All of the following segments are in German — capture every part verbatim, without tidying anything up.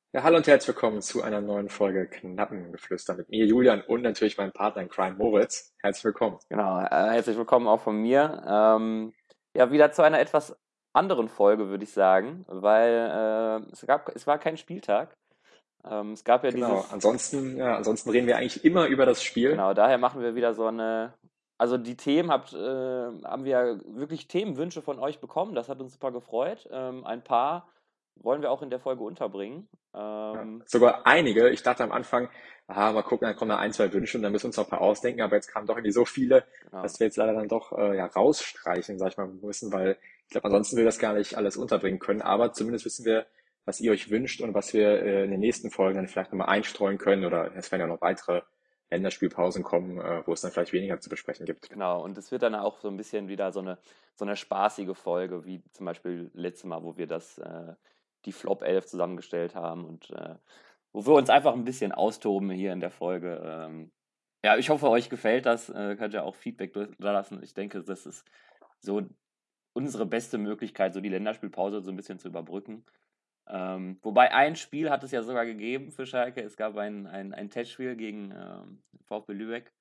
Ja, hallo und herzlich willkommen zu einer neuen Folge Knappengeflüster mit mir, Julian, und natürlich meinem Partner in Crime, Moritz. Herzlich willkommen. Genau, äh, herzlich willkommen auch von mir. Ähm, ja, wieder zu einer etwas anderen Folge, würde ich sagen, weil äh, es gab, es war kein Spieltag. Ähm, es gab ja Genau. dieses, Ansonsten, ja, ansonsten reden wir eigentlich immer über das Spiel. genau, daher machen wir wieder so eine, also die Themen habt, äh, haben wir ja wirklich Themenwünsche von euch bekommen. Das hat uns super gefreut. Ähm, ein paar wollen wir auch in der Folge unterbringen. Ja, Ähm, sogar einige. Ich dachte am Anfang, aha, mal gucken, dann kommen da ein, zwei Wünsche und dann müssen wir uns noch ein paar ausdenken. Aber jetzt kamen doch irgendwie so viele, genau. dass wir jetzt leider dann doch äh, ja, rausstreichen, sag ich mal, müssen, weil ich glaube, ansonsten will wir das gar nicht alles unterbringen können. Aber zumindest wissen wir, was ihr euch wünscht und was wir äh, in den nächsten Folgen dann vielleicht nochmal einstreuen können. Oder es werden ja noch weitere Länderspielpausen kommen, äh, wo es dann vielleicht weniger zu besprechen gibt. Genau, und es wird dann auch so ein bisschen wieder so eine, so eine spaßige Folge, wie zum Beispiel letztes Mal, wo wir das, äh, die Flop elf zusammengestellt haben und äh, wo wir uns einfach ein bisschen austoben hier in der Folge. Ähm, ja, ich hoffe, euch gefällt das. Äh, könnt ihr auch Feedback da lassen. Ich denke, das ist so unsere beste Möglichkeit, so die Länderspielpause so ein bisschen zu überbrücken. Ähm, wobei ein Spiel hat es ja sogar gegeben für Schalke. Es gab ein, ein, ein Testspiel gegen ähm, VfB Lübeck,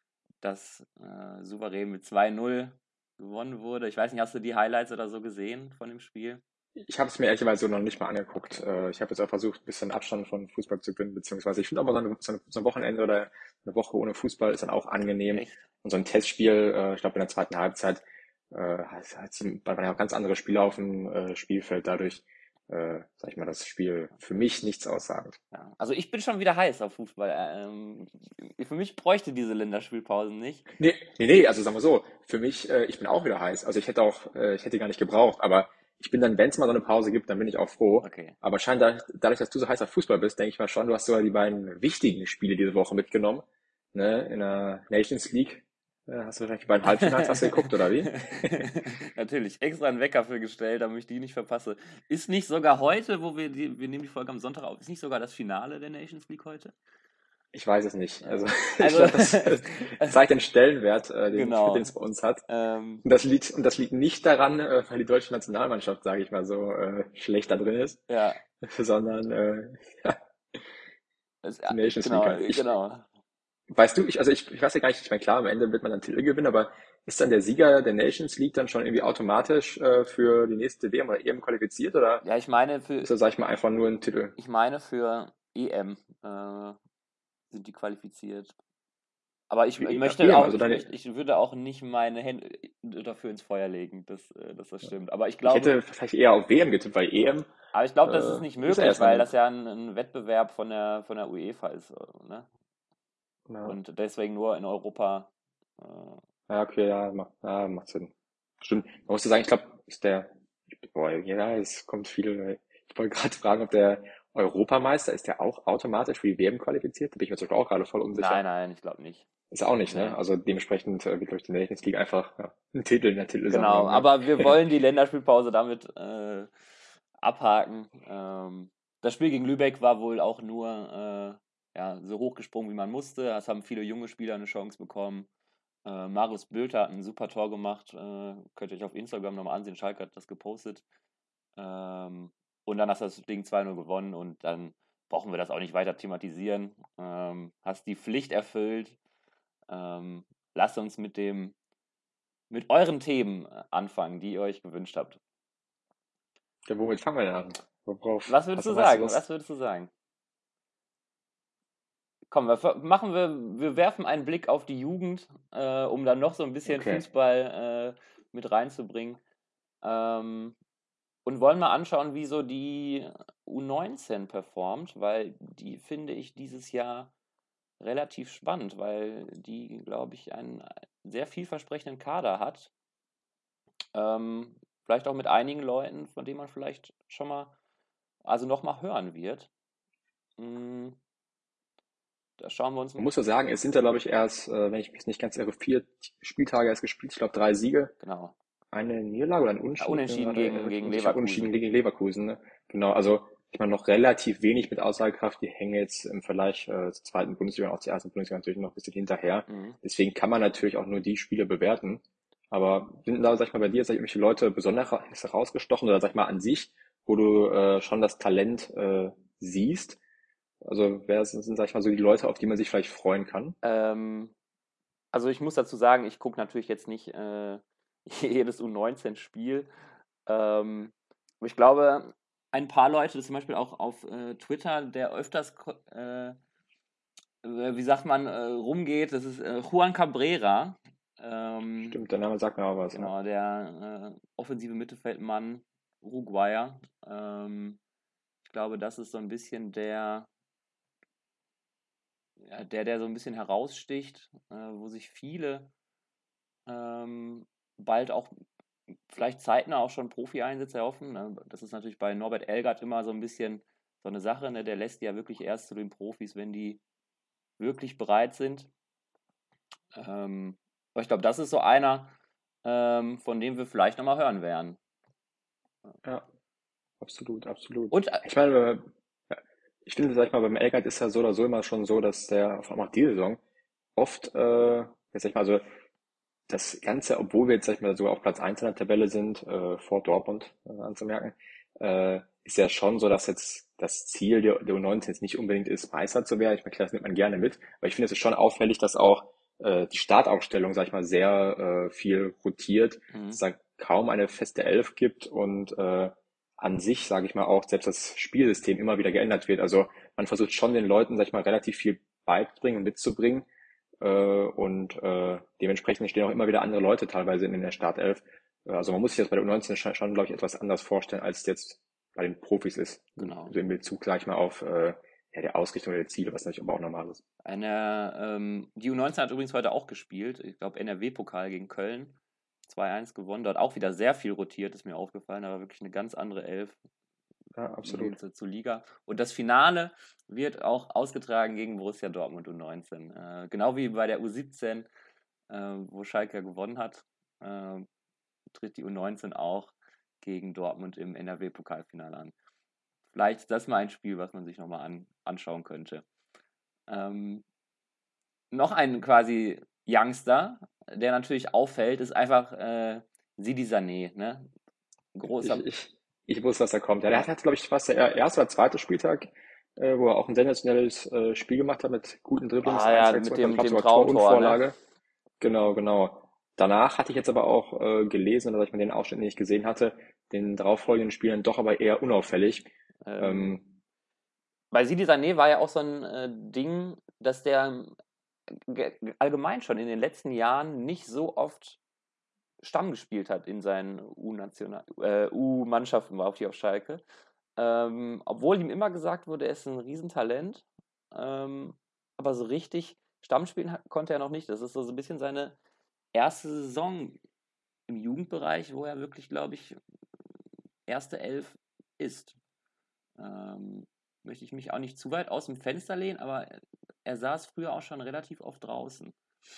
das äh, souverän mit zwei null gewonnen wurde. Ich weiß nicht, hast du die Highlights oder so gesehen von dem Spiel? Ich habe es mir ehrlicherweise so noch nicht mal angeguckt. Okay. Äh, Ich habe jetzt auch versucht, ein bisschen Abstand von Fußball zu gewinnen, beziehungsweise ich finde aber so, eine, so, eine, so ein Wochenende oder eine Woche ohne Fußball ist dann auch angenehm. Echt? Und so ein Testspiel, äh, ich glaube in der zweiten Halbzeit, äh, hat, hat, weil man ja auch ganz andere Spieler auf dem äh, Spielfeld, dadurch, äh, sag ich mal, das Spiel für mich nichts aussagend. Ja. Also ich bin schon wieder heiß auf Fußball. Ähm, für mich bräuchte diese Länderspielpausen nicht. Nee, nee, nee, also sagen wir so, für mich, äh, ich bin auch wieder heiß. Also ich hätte auch, äh, ich hätte die gar nicht gebraucht, aber ich bin dann, wenn es mal so eine Pause gibt, dann bin ich auch froh. Okay. Aber scheinbar, dadurch, dass du so heiß auf Fußball bist, denke ich mal schon, du hast sogar die beiden wichtigen Spiele diese Woche mitgenommen. Ne? In der Nations League äh, hast du wahrscheinlich die beiden Halbfinals hast du geguckt, oder wie? Natürlich, extra einen Wecker für gestellt, damit ich die nicht verpasse. Ist nicht sogar heute, wo wir die, wir nehmen die Folge am Sonntag auf, ist nicht sogar das Finale der Nations League heute? Ich weiß es nicht. Also Äh, ich also, glaube, das äh, zeigt den Stellenwert, äh, den, den genau. es bei uns hat. Ähm, Und das liegt, und das liegt nicht daran, äh, weil die deutsche Nationalmannschaft, sage ich mal so, äh, schlecht da drin ist, ja, sondern äh, ja, es, die ja, Nations League genau, halt. Ich, genau. weißt du, ich, also ich, ich weiß ja gar nicht, ich meine, klar, am Ende wird man dann Titel gewinnen, aber ist dann der Sieger der Nations League dann schon irgendwie automatisch äh, für die nächste W M oder E M qualifiziert oder Ja, ich meine für, ist das, sag ich mal, einfach nur ein Titel? ich meine für E M äh, sind die qualifiziert. Aber ich, Für ich E- äh, möchte E M, auch, also ich dann, möchte, ich würde auch nicht meine Hände dafür ins Feuer legen, dass, äh, dass das stimmt. Aber ich ich glaube, hätte vielleicht eher auf W M getippt, weil E M aber ich glaube, das ist äh, nicht ist ja möglich, erst weil dann, das ja ein, ein Wettbewerb von der von der UEFA ist, äh, ne? na, Und deswegen nur in Europa. Äh, ja, okay, ja, macht, ja, macht Sinn. Stimmt. Man muss ja sagen, ich glaube, ist der, boah, ja, es kommt viel. Ich wollte gerade fragen, ob der Europameister, ist der auch automatisch für die W M qualifiziert? Da bin ich mir zum Beispiel auch gerade voll unsicher. nein, nein, ich glaube nicht. Ist er auch nicht, ne? Nee. Also dementsprechend äh, wird, glaube ich, die Nations League einfach ja, ein Titel in der Genau, Titelsammlung, ne? aber wir wollen die Länderspielpause damit äh, abhaken. Ähm, das Spiel gegen Lübeck war wohl auch nur äh, ja, so hochgesprungen, wie man musste. Es haben viele junge Spieler eine Chance bekommen. Äh, Marius Bülter hat ein super Tor gemacht. Äh, könnt ihr euch auf Instagram nochmal ansehen. Schalke hat das gepostet. Ähm, und dann hast du das Ding zwei null gewonnen und dann brauchen wir das auch nicht weiter thematisieren. Ähm, hast die Pflicht erfüllt. Ähm, lasst uns mit dem mit euren Themen äh, anfangen, die ihr euch gewünscht habt. Ja, womit fangen wir denn an? Worauf Was würdest hast du du am meisten sagen? Was Lust? würdest du sagen? Komm, wir ver- machen wir, wir werfen einen Blick auf die Jugend, äh, um dann noch so ein bisschen Okay. Fußball äh, mit reinzubringen. Ähm, und wollen mal anschauen, wie so die U neunzehn performt, weil die finde ich dieses Jahr relativ spannend, weil die, glaube ich, einen sehr vielversprechenden Kader hat. Ähm, vielleicht auch mit einigen Leuten, von denen man vielleicht schon mal, also noch mal hören wird. Mm, Da schauen wir uns. Man muss ja sagen, es sind ja, glaube ich, erst, äh, wenn ich mich nicht ganz irre, vier Spieltage erst gespielt. Ich glaube, drei Siege, Genau. eine Niederlage oder ein Ja, Unentschieden. Ich bin mir unentschieden gerade gegen, äh, gegen unsicher. Unentschieden Leverkusen. gegen Leverkusen, ne? Genau, also ich meine noch relativ wenig mit Aussagekraft. Die hängen jetzt im Vergleich äh, zur zweiten Bundesliga und auch zur ersten Bundesliga natürlich noch ein bisschen hinterher. Mhm. Deswegen kann man natürlich auch nur die Spiele bewerten. Aber sind da, sag ich mal, bei dir jetzt irgendwelche Leute besonders herausgestochen oder sag ich mal an sich, wo du äh, schon das Talent äh, siehst? Also wer sind, sind, sag ich mal, so die Leute, auf die man sich vielleicht freuen kann? Ähm, also ich muss dazu sagen, ich gucke natürlich jetzt nicht äh, jedes U neunzehn-Spiel. Ähm, aber ich glaube, ein paar Leute, das zum Beispiel auch auf äh, Twitter, der öfters, ko- äh, äh, wie sagt man, äh, rumgeht, das ist äh, Juan Cabrera. Ähm, Stimmt, der Name sagt mir auch was, ja. genau, der äh, offensive Mittelfeldmann, Uruguayer. Ähm, ich glaube, das ist so ein bisschen der, ja, der, der so ein bisschen heraussticht, äh, wo sich viele ähm, bald auch vielleicht zeitnah auch schon Profi-Einsätze erhoffen. Ne? Das ist natürlich bei Norbert Elgert immer so ein bisschen so eine Sache. Ne? Der lässt die ja wirklich erst zu den Profis, wenn die wirklich bereit sind. Ähm, aber ich glaube, das ist so einer, ähm, von dem wir vielleicht nochmal hören werden. Ja, absolut, absolut. Und äh, Ich meine, ja, ich finde, sag ich mal, beim Elgert ist ja so oder so immer schon so, dass der, vor allem auch diese Saison, oft, äh, jetzt sag ich mal, also das Ganze, obwohl wir jetzt, sag ich mal, sogar auf Platz eins in der Tabelle sind, äh, vor Dortmund äh, anzumerken, äh, ist ja schon so, dass jetzt das Ziel der, der U neunzehn jetzt nicht unbedingt ist, Meister zu werden. Ich meine, klar, das nimmt man gerne mit, aber ich finde, es ist schon auffällig, dass auch äh, die Startaufstellung, sag ich mal, sehr äh, viel rotiert, mhm, es da kaum eine feste Elf gibt und äh, an sich, sage ich mal, auch selbst das Spielsystem immer wieder geändert wird. Also man versucht schon den Leuten, sag ich mal, relativ viel beizubringen und mitzubringen, äh, und äh, dementsprechend stehen auch immer wieder andere Leute teilweise in der Startelf. Äh, Also man muss sich das bei der U neunzehn schon, schon glaube ich, etwas anders vorstellen, als es jetzt bei den Profis ist. genau. Also in Bezug, sag ich mal, auf äh, ja, der Ausrichtung der Ziele, was natürlich aber auch normal ist. Eine, ähm, die U neunzehn hat übrigens heute auch gespielt. Ich glaube, N R W-Pokal gegen Köln. zwei eins gewonnen. Dort auch wieder sehr viel rotiert, ist mir aufgefallen, aber wirklich eine ganz andere Elf Ja, im absolut. Gegensatz zur Liga. Und das Finale wird auch ausgetragen gegen Borussia Dortmund U neunzehn. Äh, genau wie bei der U siebzehn, äh, wo Schalke ja gewonnen hat, äh, tritt die U neunzehn auch gegen Dortmund im N R W-Pokalfinale an. Vielleicht ist das mal ein Spiel, was man sich nochmal an, anschauen könnte. Ähm, noch ein quasi Youngster, der natürlich auffällt, ist einfach äh, Sidi Sané. Ne? Ich, Großer, ich, ich wusste, was da kommt. Ja, der genau. hat, hat glaube ich, was der erste oder zweite Spieltag, äh, wo er auch ein sensationelles äh, Spiel gemacht hat mit guten Dribblings, Ah ein, ja, zwei mit Aktionen, ich dem, glaube dem sogar Tor und Traumtor, ne? Vorlage. Genau, genau. Danach hatte ich jetzt aber auch äh, gelesen, dass ich mir den Ausschnitt nicht gesehen hatte, den darauffolgenden Spielen doch aber eher unauffällig. Ähm, Ähm, bei Sidi Sané war ja auch so ein äh, Ding, dass der ge- allgemein schon in den letzten Jahren nicht so oft Stamm gespielt hat in seinen U-National, äh, U-Mannschaften, war auf die auf Schalke. Ähm, obwohl ihm immer gesagt wurde, er ist ein Riesentalent. Ähm, aber so richtig Stamm spielen hat, konnte er noch nicht. Das ist so ein bisschen seine erste Saison im Jugendbereich, wo er wirklich, glaube ich, erste Elf ist. Ähm, möchte ich mich auch nicht zu weit aus dem Fenster lehnen, aber er saß früher auch schon relativ oft draußen.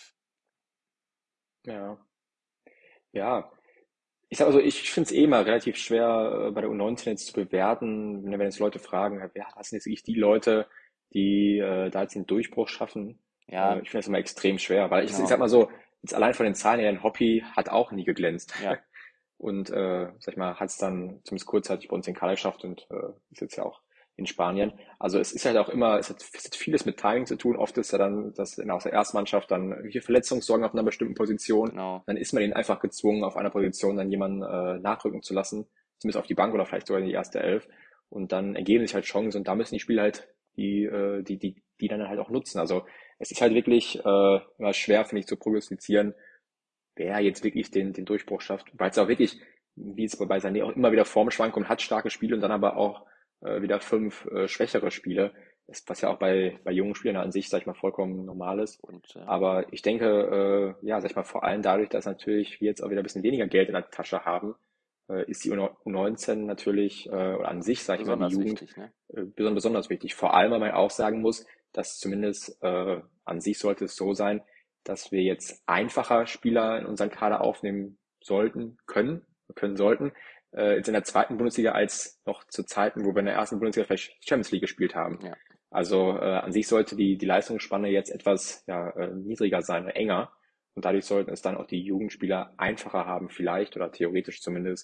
ja, ja. Ich sag also, ich finde es eh mal relativ schwer, äh, bei der U neunzehn jetzt zu bewerten, wenn wenn jetzt Leute fragen, ja, wer das sind jetzt wirklich die Leute, die äh, da jetzt den Durchbruch schaffen. Äh, Ja, ich finde das immer extrem schwer, weil ich, ich sag genau. mal so, jetzt allein von den Zahlen her, ein Hoppy hat auch nie geglänzt. Ja, Und äh, sag ich mal, hat es dann zumindest kurzzeitig bei uns in Kader geschafft und äh, ist jetzt ja auch in Spanien. Also es ist halt auch immer, es hat, es hat vieles mit Timing zu tun. Oft ist ja dann, dass in aus der Erstmannschaft dann irgendwelche Verletzungssorgen auf einer bestimmten Position. genau. Dann ist man ihnen einfach gezwungen, auf einer Position dann jemanden äh, nachrücken zu lassen, zumindest auf die Bank oder vielleicht sogar in die erste Elf. Und dann ergeben sich halt Chancen und da müssen die Spieler halt die, äh, die, die, die dann halt auch nutzen. Also es ist halt wirklich äh, immer schwer, finde ich, zu prognostizieren, wer jetzt wirklich den, den Durchbruch schafft, weil es auch wirklich, wie es bei Sané auch immer wieder Formschwankungen hat, starke Spiele und dann aber auch äh, wieder fünf äh, schwächere Spiele, ist, was ja auch bei, bei jungen Spielern an sich, sag ich mal, vollkommen normal ist. Und äh, Aber ich denke, äh, ja, sag ich mal, vor allem dadurch, dass natürlich wir jetzt auch wieder ein bisschen weniger Geld in der Tasche haben, äh, ist die U neunzehn natürlich, äh, oder an sich, sag ich mal, die besonders Jugend wichtig, ne? äh, besonders, besonders wichtig. Vor allem, weil man auch sagen muss, dass zumindest äh, an sich sollte es so sein, dass wir jetzt einfacher Spieler in unseren Kader aufnehmen sollten, können, können sollten, äh, jetzt in der zweiten Bundesliga als noch zu Zeiten, wo wir in der ersten Bundesliga vielleicht Champions League gespielt haben. Ja, Also äh, an sich sollte die, die Leistungsspanne jetzt etwas ja, äh, niedriger sein, enger. Und dadurch sollten es dann auch die Jugendspieler einfacher haben, vielleicht oder theoretisch zumindest,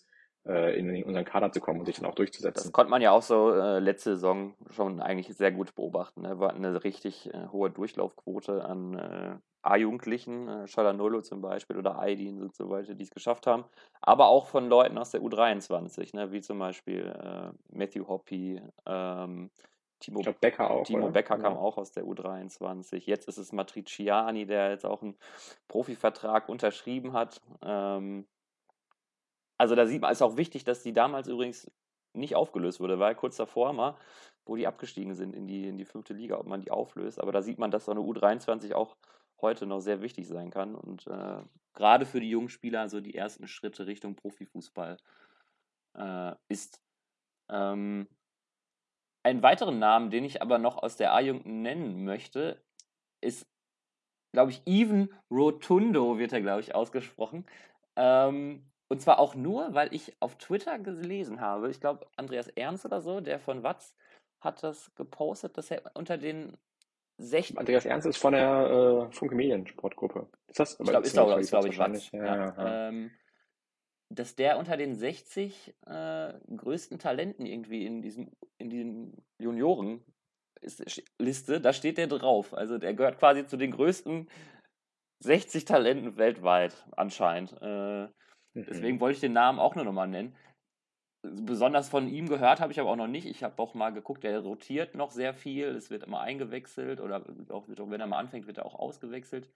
äh, in, in unseren Kader zu kommen und sich dann auch Das durchzusetzen. konnte man ja auch so äh, letzte Saison schon eigentlich sehr gut beobachten. Ne? Wir hatten eine richtig äh, hohe Durchlaufquote an äh, A-Jugendlichen, äh, Shalanolo zum Beispiel oder Aydin und so weiter, die es geschafft haben. Aber auch von Leuten aus der U dreiundzwanzig, ne? Wie zum Beispiel äh, Matthew Hoppy, ähm, Ich Timo, glaube, Becker auch, Timo oder? Becker kam Genau. auch aus der U dreiundzwanzig. Jetzt ist es Matriciani, der jetzt auch einen Profivertrag unterschrieben hat. Ähm, also da sieht man, ist auch wichtig, dass die damals übrigens nicht aufgelöst wurde, weil kurz davor mal, wo die abgestiegen sind in die, in die fünfte Liga, ob man die auflöst. Aber da sieht man, dass so eine U dreiundzwanzig auch heute noch sehr wichtig sein kann und äh, gerade für die jungen Spieler so die ersten Schritte Richtung Profifußball äh, ist. Ähm, einen weiteren Namen, den ich aber noch aus der A-Jugend nennen möchte, ist, glaube ich, Even Rotundo wird er, glaube ich, ausgesprochen. Ähm, und zwar auch nur, weil ich auf Twitter gelesen habe, ich glaube, Andreas Ernst oder so, der von Watz, hat das gepostet, dass er unter den sechzig, Andreas Ernst ist von der äh, Funke Mediensportgruppe. Ist das? ich Aber glaube, ist ist, ja auch, wahrscheinlich ist, Satz glaube ich, wahrscheinlich. Watz, Ja, ja, ja, ja. ähm, dass der unter den sechzig äh, größten Talenten irgendwie in diesem, in den Junioren ist, Liste, da steht der drauf. Also der gehört quasi zu den größten sechzig Talenten weltweit anscheinend. Äh, deswegen Mhm. wollte ich den Namen auch nur nochmal nennen. Besonders von ihm gehört habe ich aber auch noch nicht. Ich habe auch mal geguckt, der rotiert noch sehr viel. Es wird immer eingewechselt oder auch, wenn er mal anfängt, wird er auch ausgewechselt.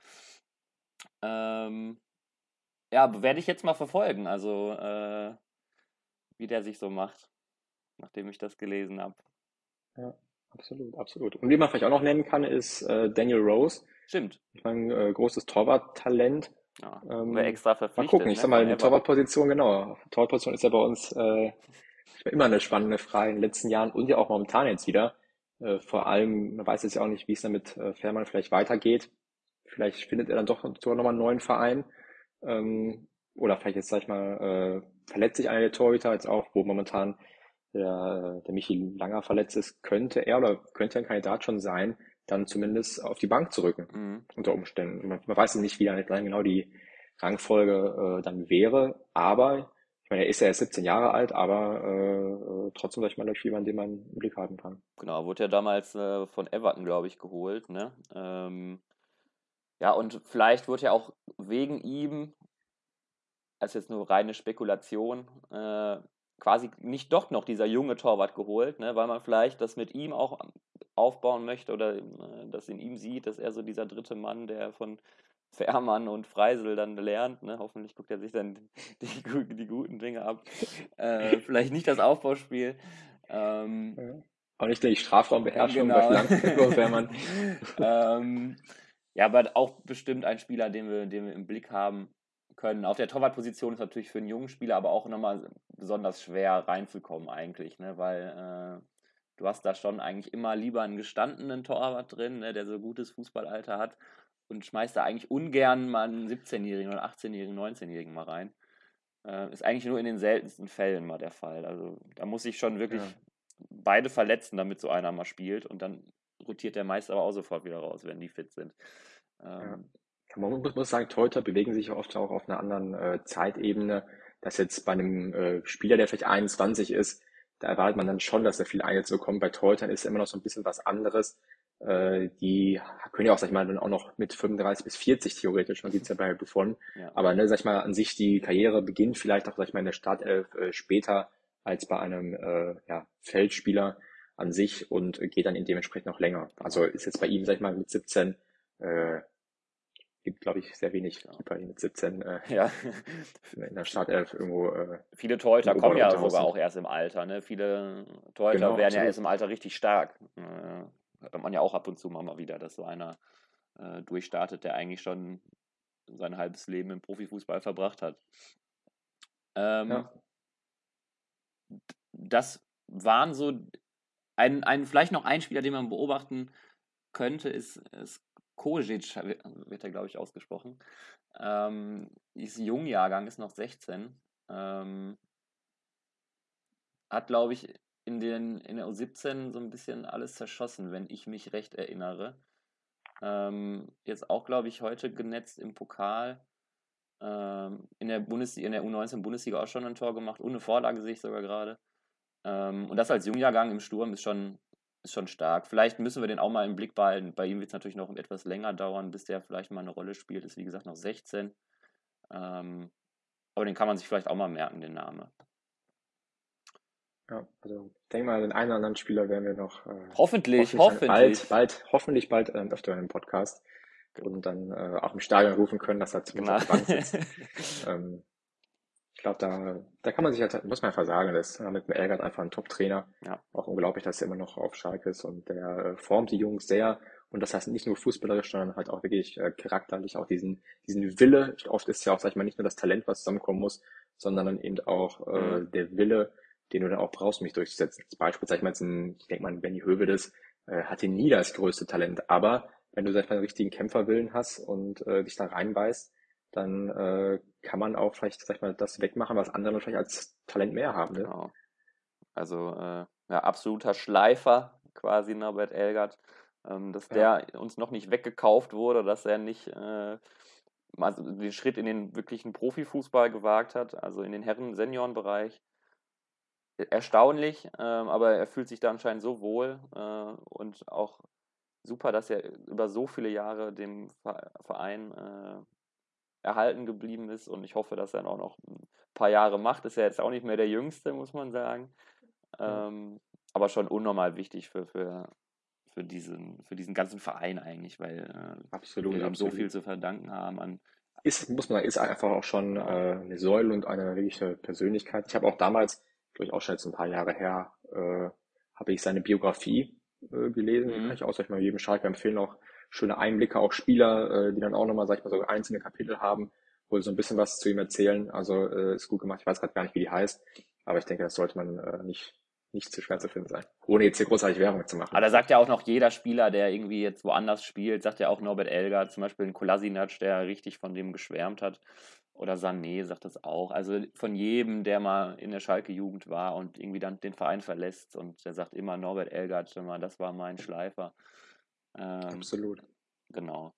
Ähm, ja, werde ich jetzt mal verfolgen, also äh, wie der sich so macht, nachdem ich das gelesen habe. Ja, absolut, absolut. Und wie man vielleicht auch noch nennen kann, ist äh, Daniel Rose. Stimmt. Ich meine, äh, großes Torwarttalent. Ja, wurde Ähm, extra mal gucken, verpflichtet, ich ne, sag mal, von eine Everton. Torwartposition, genau. Torwartposition ist ja bei uns äh, immer eine spannende Frage in den letzten Jahren und ja auch momentan jetzt wieder. Äh, vor allem, man weiß jetzt ja auch nicht, wie es dann mit äh, Fährmann vielleicht weitergeht. Vielleicht findet er dann doch sogar nochmal einen neuen Verein. Ähm, oder vielleicht jetzt, sag ich mal, äh, verletzt sich einer der Torhüter jetzt auch, wo momentan der, der Michi Langer verletzt ist, könnte er oder könnte ein Kandidat schon sein, dann zumindest auf die Bank zu rücken, Mhm. unter Umständen. Man, man weiß nicht, wie dann genau die Rangfolge äh, dann wäre, aber ich meine, er ist ja erst siebzehn Jahre alt, aber äh, äh, trotzdem, sag ich mal, natürlich jemand, den man im Blick haben kann. Genau, wurde ja damals äh, von Everton, glaube ich, geholt, ne? Ähm, ja, und vielleicht wurde ja auch wegen ihm, als jetzt nur reine Spekulation, äh, quasi nicht doch noch dieser junge Torwart geholt, ne? Weil man vielleicht das mit ihm auch aufbauen möchte oder äh, das in ihm sieht, dass er so dieser dritte Mann, der von Fährmann und Freisel dann lernt, ne? Hoffentlich guckt er sich dann die, gu- die guten Dinge ab. Äh, vielleicht nicht das Aufbauspiel. Ähm, Ja. Auch nicht die Strafraumbeherrschung bei Genau. Flanken von Fährmann. ähm, ja, aber auch bestimmt ein Spieler, den wir, den wir im Blick haben können. Auf der Torwartposition ist natürlich für einen jungen Spieler aber auch nochmal besonders schwer reinzukommen eigentlich, ne? Weil äh, du hast da schon eigentlich immer lieber einen gestandenen Torwart drin, ne, der so gutes Fußballalter hat und schmeißt da eigentlich ungern mal einen siebzehnjährigen oder achtzehnjährigen, neunzehnjährigen mal rein. Äh, ist eigentlich nur in den seltensten Fällen mal der Fall. Also da muss ich schon Ja, wirklich beide verletzen, damit so einer mal spielt und dann rotiert der Meister aber auch sofort wieder raus, wenn die fit sind. ja. Ähm, Man muss, muss sagen, Torhüter bewegen sich oft auch auf einer anderen äh, Zeitebene, dass jetzt bei einem äh, Spieler, der vielleicht einundzwanzig ist, da erwartet man dann schon, dass er viel Einsätze bekommt. Bei Torhütern ist immer noch so ein bisschen was anderes. Äh, die können ja auch, sag ich mal, dann auch noch mit fünfunddreißig bis vierzig theoretisch, man sieht's ja bei Buffon. ja. Aber ne, sag ich mal, an sich die Karriere beginnt vielleicht auch, sag ich mal, in der Startelf äh, später als bei einem äh, ja, Feldspieler an sich und geht dann dementsprechend noch länger. Also Genau. ist jetzt bei ihm, sag ich mal, mit siebzehn äh, gibt, glaube ich, sehr wenig Genau. Keeper, die mit siebzehn äh, Ja. in der Startelf irgendwo äh, Viele im Torhüter Ober- kommen oder ja Unterhaus sogar auch sind. erst im Alter. Ne? Viele Torhüter Genau, werden ja erst absolut. im Alter richtig stark. Äh, hört man ja auch ab und zu mal wieder, dass so einer äh, durchstartet, der eigentlich schon sein halbes Leben im Profifußball verbracht hat. Ähm, Ja, das waren so ein, ein, vielleicht noch ein Spieler, den man beobachten könnte, ist, ist Kojic, wird er, glaube ich, ausgesprochen. Ähm, ist Jungjahrgang, ist noch sechzehn. Ähm, hat, glaube ich, in, den, in der U siebzehn so ein bisschen alles zerschossen, wenn ich mich recht erinnere. Ähm, jetzt auch, glaube ich, heute genetzt im Pokal. Ähm, in der Bundesliga, in der U neunzehn Bundesliga auch schon ein Tor gemacht und eine Vorlage sehe ich sogar gerade. Ähm, und das als Jungjahrgang im Sturm ist schon, ist schon stark. Vielleicht müssen wir den auch mal im Blick behalten. Bei ihm wird es natürlich noch etwas länger dauern, bis der vielleicht mal eine Rolle spielt. Ist wie gesagt noch sechzehn. Ähm, aber den kann man sich vielleicht auch mal merken, den Namen. Ja, also ich denke mal, den einen oder anderen Spieler werden wir noch äh, Hoffentlich, hoffentlich dann bald, hoffentlich. bald, hoffentlich bald äh, öfter im Podcast und dann äh, auch im Stadion rufen können, dass er zumindest Genau. auf der Bank sitzt. Ähm, ich glaube, da, da kann man sich halt, muss man einfach sagen, das ist äh, mit dem Elgert einfach ein Top-Trainer. Ja. Auch unglaublich, dass er immer noch auf Schalke ist und der äh, formt die Jungs sehr. Und das heißt nicht nur fußballerisch, sondern halt auch wirklich äh, charakterlich, auch diesen, diesen Wille. Oft ist ja auch, sag ich mal, nicht nur das Talent, was zusammenkommen muss, sondern dann eben auch Mhm. äh, der Wille, den du dann auch brauchst, um dich durchzusetzen. Als Beispiel, sag ich mal, jetzt ein, ich denke mal, ein Benny Hövedes äh, hatte nie das größte Talent, aber wenn du, sag ich mal, einen richtigen Kämpferwillen hast und äh, dich da reinbeißt, dann äh, kann man auch vielleicht, sag ich mal, das wegmachen, was andere vielleicht als Talent mehr haben, ne? Genau. Also äh, ja, absoluter Schleifer quasi Norbert Elgert. Ähm, dass Ja, der uns noch nicht weggekauft wurde, dass er nicht äh, mal so den Schritt in den wirklichen Profifußball gewagt hat, also in den Herren-Seniorenbereich. Erstaunlich, ähm, aber er fühlt sich da anscheinend so wohl äh, und auch super, dass er über so viele Jahre dem Verein äh, erhalten geblieben ist und ich hoffe, dass er auch noch ein paar Jahre macht. Ist ja jetzt auch nicht mehr der Jüngste, muss man sagen. ja, Ähm, aber schon unnormal wichtig für, für, für, diesen, für diesen ganzen Verein eigentlich, weil äh, wir absolut, dem so absolut. viel zu verdanken haben an, Ist, muss man sagen, ist einfach auch schon äh, genau. eine Säule und eine wirkliche Persönlichkeit. Ich habe auch damals, glaube ich auch schon jetzt ein paar Jahre her, äh, habe ich seine Biografie äh, gelesen. Die kann Mhm. ich auch, sag ich mal, jedem Schalke empfehlen. Auch schöne Einblicke, auch Spieler, äh, die dann auch nochmal, sag ich mal, so einzelne Kapitel haben, wo sie so ein bisschen was zu ihm erzählen. Also äh, ist gut gemacht. Ich weiß gerade gar nicht, wie die heißt, aber ich denke, das sollte man äh, nicht, nicht zu schwer zu finden sein. Ohne jetzt hier großartig Werbung zu machen, Aber da sagt natürlich. ja auch noch jeder Spieler, der irgendwie jetzt woanders spielt, sagt ja auch Norbert Elger, zum Beispiel ein Kolasinac, der richtig von dem geschwärmt hat. Oder Sané sagt das auch. Also von jedem, der mal in der Schalke-Jugend war und irgendwie dann den Verein verlässt und der sagt immer Norbert Elgert, das war mein Schleifer. Ähm, Absolut. genau.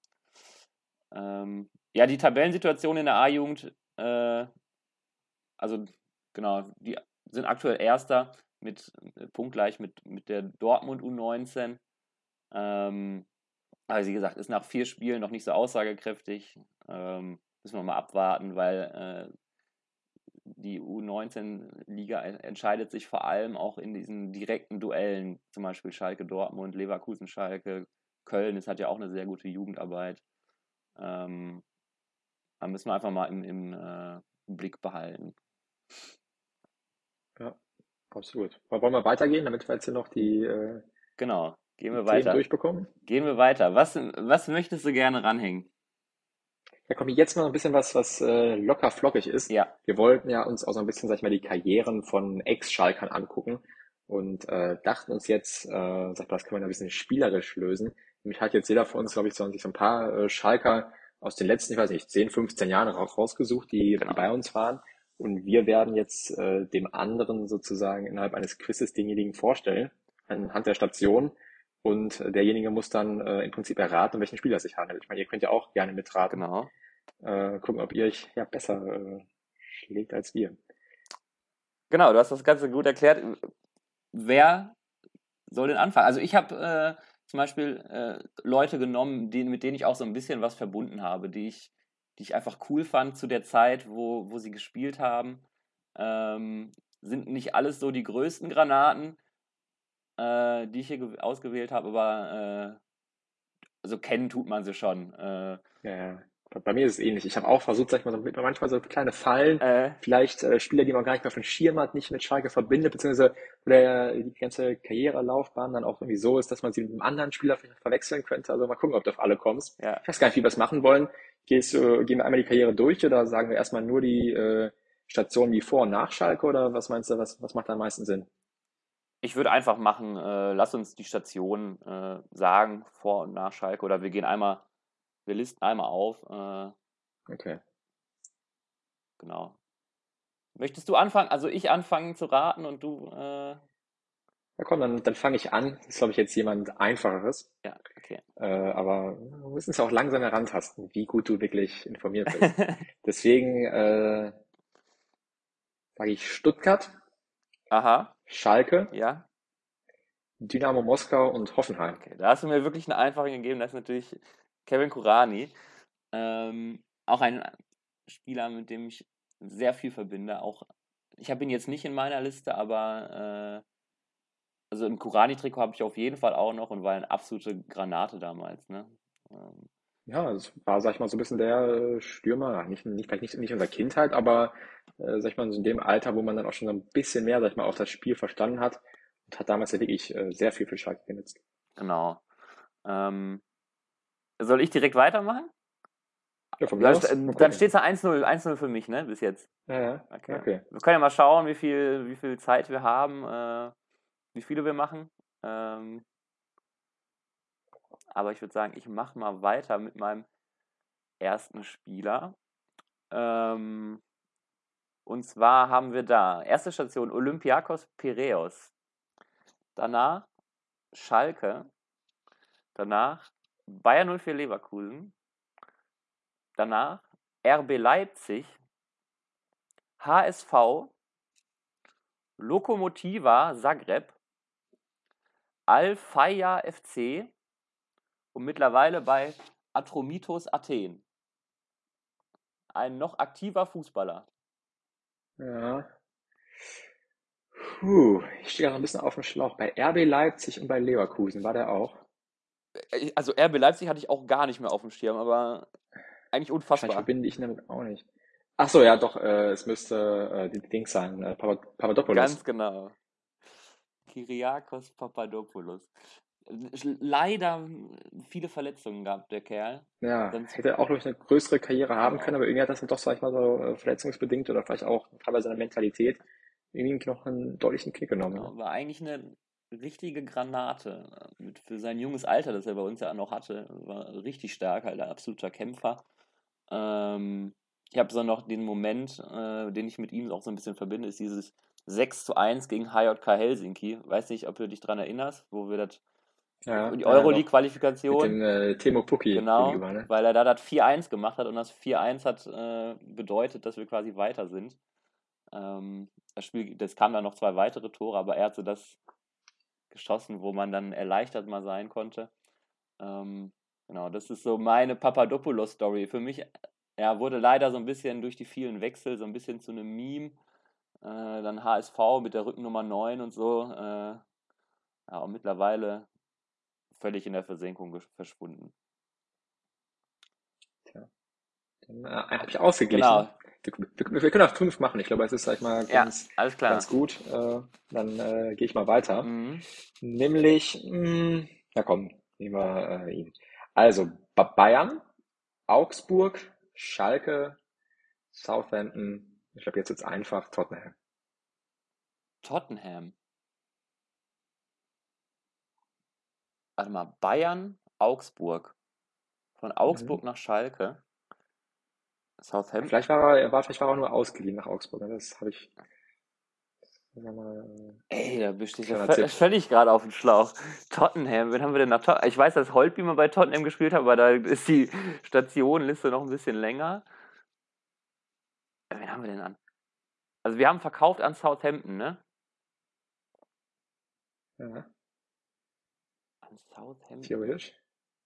Ähm, ja, die Tabellensituation in der A-Jugend, äh, also genau, die sind aktuell Erster mit äh, punktgleich mit, mit der Dortmund U neunzehn. Ähm, aber wie gesagt, ist nach vier Spielen noch nicht so aussagekräftig. Ähm, müssen wir mal abwarten, weil äh, die U neunzehn-Liga entscheidet sich vor allem auch in diesen direkten Duellen, zum Beispiel Schalke Dortmund, Leverkusen Schalke, Köln, es hat ja auch eine sehr gute Jugendarbeit. Ähm, da müssen wir einfach mal im, im, äh, im Blick behalten. Ja, absolut. Wollen wir weitergehen, damit wir jetzt hier noch die, äh, Genau, gehen die wir Themen weiter. durchbekommen? Gehen wir weiter. Was, was möchtest du gerne ranhängen? Ja, komm, jetzt mal ein bisschen was, was äh, locker flockig ist. Ja, Wir wollten ja uns auch so ein bisschen, sag ich mal, die Karrieren von Ex-Schalkern angucken und äh, dachten uns jetzt, äh, sag mal, das kann man ein bisschen spielerisch lösen. Nämlich hat jetzt jeder von uns, glaube ich, so, sich so ein paar äh, Schalker aus den letzten, ich weiß nicht, zehn, fünfzehn Jahren raus, rausgesucht, die, die genau. bei uns waren. Und wir werden jetzt äh, dem anderen sozusagen innerhalb eines Quizzes denjenigen vorstellen, anhand der Station. Und äh, derjenige muss dann äh, im Prinzip erraten, um welchen Spieler es sich handelt. Ich meine, ihr könnt ja auch gerne mitraten. Genau. Äh, gucken, ob ihr euch ja besser äh, schlägt als wir. Genau, du hast das Ganze gut erklärt. Wer soll denn anfangen? Also ich habe äh, zum Beispiel äh, Leute genommen, die, mit denen ich auch so ein bisschen was verbunden habe, die ich, die ich einfach cool fand zu der Zeit, wo, wo sie gespielt haben. Ähm, sind nicht alles so die größten Granaten, äh, die ich hier ge- ausgewählt habe, aber äh, also kennen tut man sie schon. Äh, Ja, ja. Bei bei mir ist es ähnlich. Ich habe auch versucht, sag ich mal, so, mit- manchmal so kleine Fallen, äh, vielleicht äh, Spieler, die man gar nicht mehr auf dem Schirm hat, nicht mit Schalke verbindet, beziehungsweise wo der, die ganze Karrierelaufbahn dann auch irgendwie so ist, dass man sie mit einem anderen Spieler vielleicht verwechseln könnte. Also mal gucken, ob du auf alle kommst. ja. Ich weiß gar nicht, wie wir es machen wollen. Gehst, du- gehen wir einmal die Karriere durch oder sagen wir erstmal nur die äh, Stationen wie vor und nach Schalke oder was meinst du, was, was macht da am meisten Sinn? Ich würde einfach machen, äh, lass uns die Station äh, sagen, vor und nach Schalke, oder wir gehen einmal, wir listen einmal auf. Äh, Okay. genau. Möchtest du anfangen? Also ich anfangen zu raten und du. Äh, Ja komm, dann, dann fange ich an. Das ist, glaube ich, jetzt jemand Einfacheres. Ja, okay. Äh, aber wir müssen es auch langsam herantasten, wie gut du wirklich informiert bist. Deswegen äh, sage ich Stuttgart, Aha, Schalke, ja. Dynamo Moskau und Hoffenheim. Okay, da hast du mir wirklich einen einfachen gegeben. Das ist natürlich Kevin Kurani. Ähm, auch ein Spieler, mit dem ich sehr viel verbinde. Auch, ich habe ihn jetzt nicht in meiner Liste, aber äh, also ein Kurani-Trikot habe ich auf jeden Fall auch noch und war eine absolute Granate damals. Ne? Ähm, Ja, das war, sag ich mal, so ein bisschen der äh, Stürmer, nicht, nicht, vielleicht nicht, nicht unserer Kindheit, aber äh, sag ich mal, so in dem Alter, wo man dann auch schon so ein bisschen mehr, sag ich mal, auch das Spiel verstanden hat und hat damals ja wirklich äh, sehr viel für Schalke genutzt. genau. Ähm, soll ich direkt weitermachen? Ja, von mir Ja, aus, mal dann steht gucken. es ja eins null, eins null für mich, ne, bis jetzt. Ja, ja, ja, Okay. okay. Wir können ja mal schauen, wie viel, wie viel Zeit wir haben, äh, wie viele wir machen. Ähm, aber ich würde sagen, ich mache mal weiter mit meinem ersten Spieler. Ähm, und zwar haben wir da erste Station Olympiakos Piräus. Danach Schalke. Danach Bayer null vier Leverkusen. Danach R B Leipzig. H S V. Lokomotiva Zagreb. Al-Fayha F C und mittlerweile bei Atromitos Athen. Ein noch aktiver Fußballer. Ja. Puh, ich stehe gerade noch ein bisschen auf dem Schlauch. Bei R B Leipzig und bei Leverkusen war der auch. Äh, Also R B Leipzig hatte ich auch gar nicht mehr auf dem Schirm, aber eigentlich Wahrscheinlich unfassbar. verbinde ich ihn damit auch nicht. Ach so, ja, doch, äh, es müsste äh, die Dings sein, äh, Papa- Ganz Papadopoulos. genau. Kyriakos Papadopoulos. Leider viele Verletzungen gehabt, der Kerl. Ja, Sonst, hätte auch, glaube ich, eine größere Karriere haben können, genau. aber irgendwie hat das dann doch, sag ich mal, so äh, verletzungsbedingt oder vielleicht auch teilweise seine Mentalität irgendwie noch einen deutlichen Kick genommen. Ne? Genau, war eigentlich eine richtige Granate. äh, Mit, für sein junges Alter, das er bei uns ja noch hatte. War richtig stark, halt ein absoluter Kämpfer. Ähm, ich habe so noch den Moment, äh, den ich mit ihm auch so ein bisschen verbinde, ist dieses sechs zu eins gegen H J K Helsinki. Weiß nicht, ob du dich dran erinnerst, wo wir das, Ja, die ja, doch. Mit Euroleague-Qualifikation, dem äh, Timo Pukki genau, gegenüber, ne? weil er da das vier eins gemacht hat und das vier eins hat äh, bedeutet, dass wir quasi weiter sind. Ähm, das Spiel, das kamen dann noch zwei weitere Tore, aber er hat so das geschossen, wo man dann erleichtert mal sein konnte. Ähm, genau, das ist so meine Papadopoulos-Story. Für mich, er wurde leider so ein bisschen durch die vielen Wechsel so ein bisschen zu einem Meme. Äh, dann H S V mit der Rückennummer neun und so. Äh, ja, und mittlerweile völlig in der Versenkung gesch- verschwunden. Tja, dann äh, habe ich ausgeglichen. Genau, Wir, wir, wir können auch fünf machen. Ich glaube, es ist, sag ich mal, ja, ganz, alles klar. ganz gut. Äh, dann äh, gehe ich mal weiter. Mhm. Nämlich, mh, na komm, nehmen wir äh, ihn. Also, Ba- Bayern, Augsburg, Schalke, Southampton. Ich glaube, jetzt wird's einfach. Tottenham. Tottenham. Warte mal, Bayern, Augsburg. Von Mhm. Augsburg nach Schalke. Ja, Southampton. vielleicht war er, er war, vielleicht war er auch nur ausgeliehen nach Augsburg. Ne? Das habe ich. Sagen wir mal, äh, Ey, da bist du ja kleiner vö- Tipp. völlig gerade auf dem Schlauch. Tottenham, wen haben wir denn nach Tottenham? Ich weiß, dass Holtby mal bei Tottenham gespielt hat, aber da ist die Stationenliste noch ein bisschen länger. Äh, Wen haben wir denn an? Also wir haben verkauft an Southampton, ne? Ja, An Southampton. theoretisch.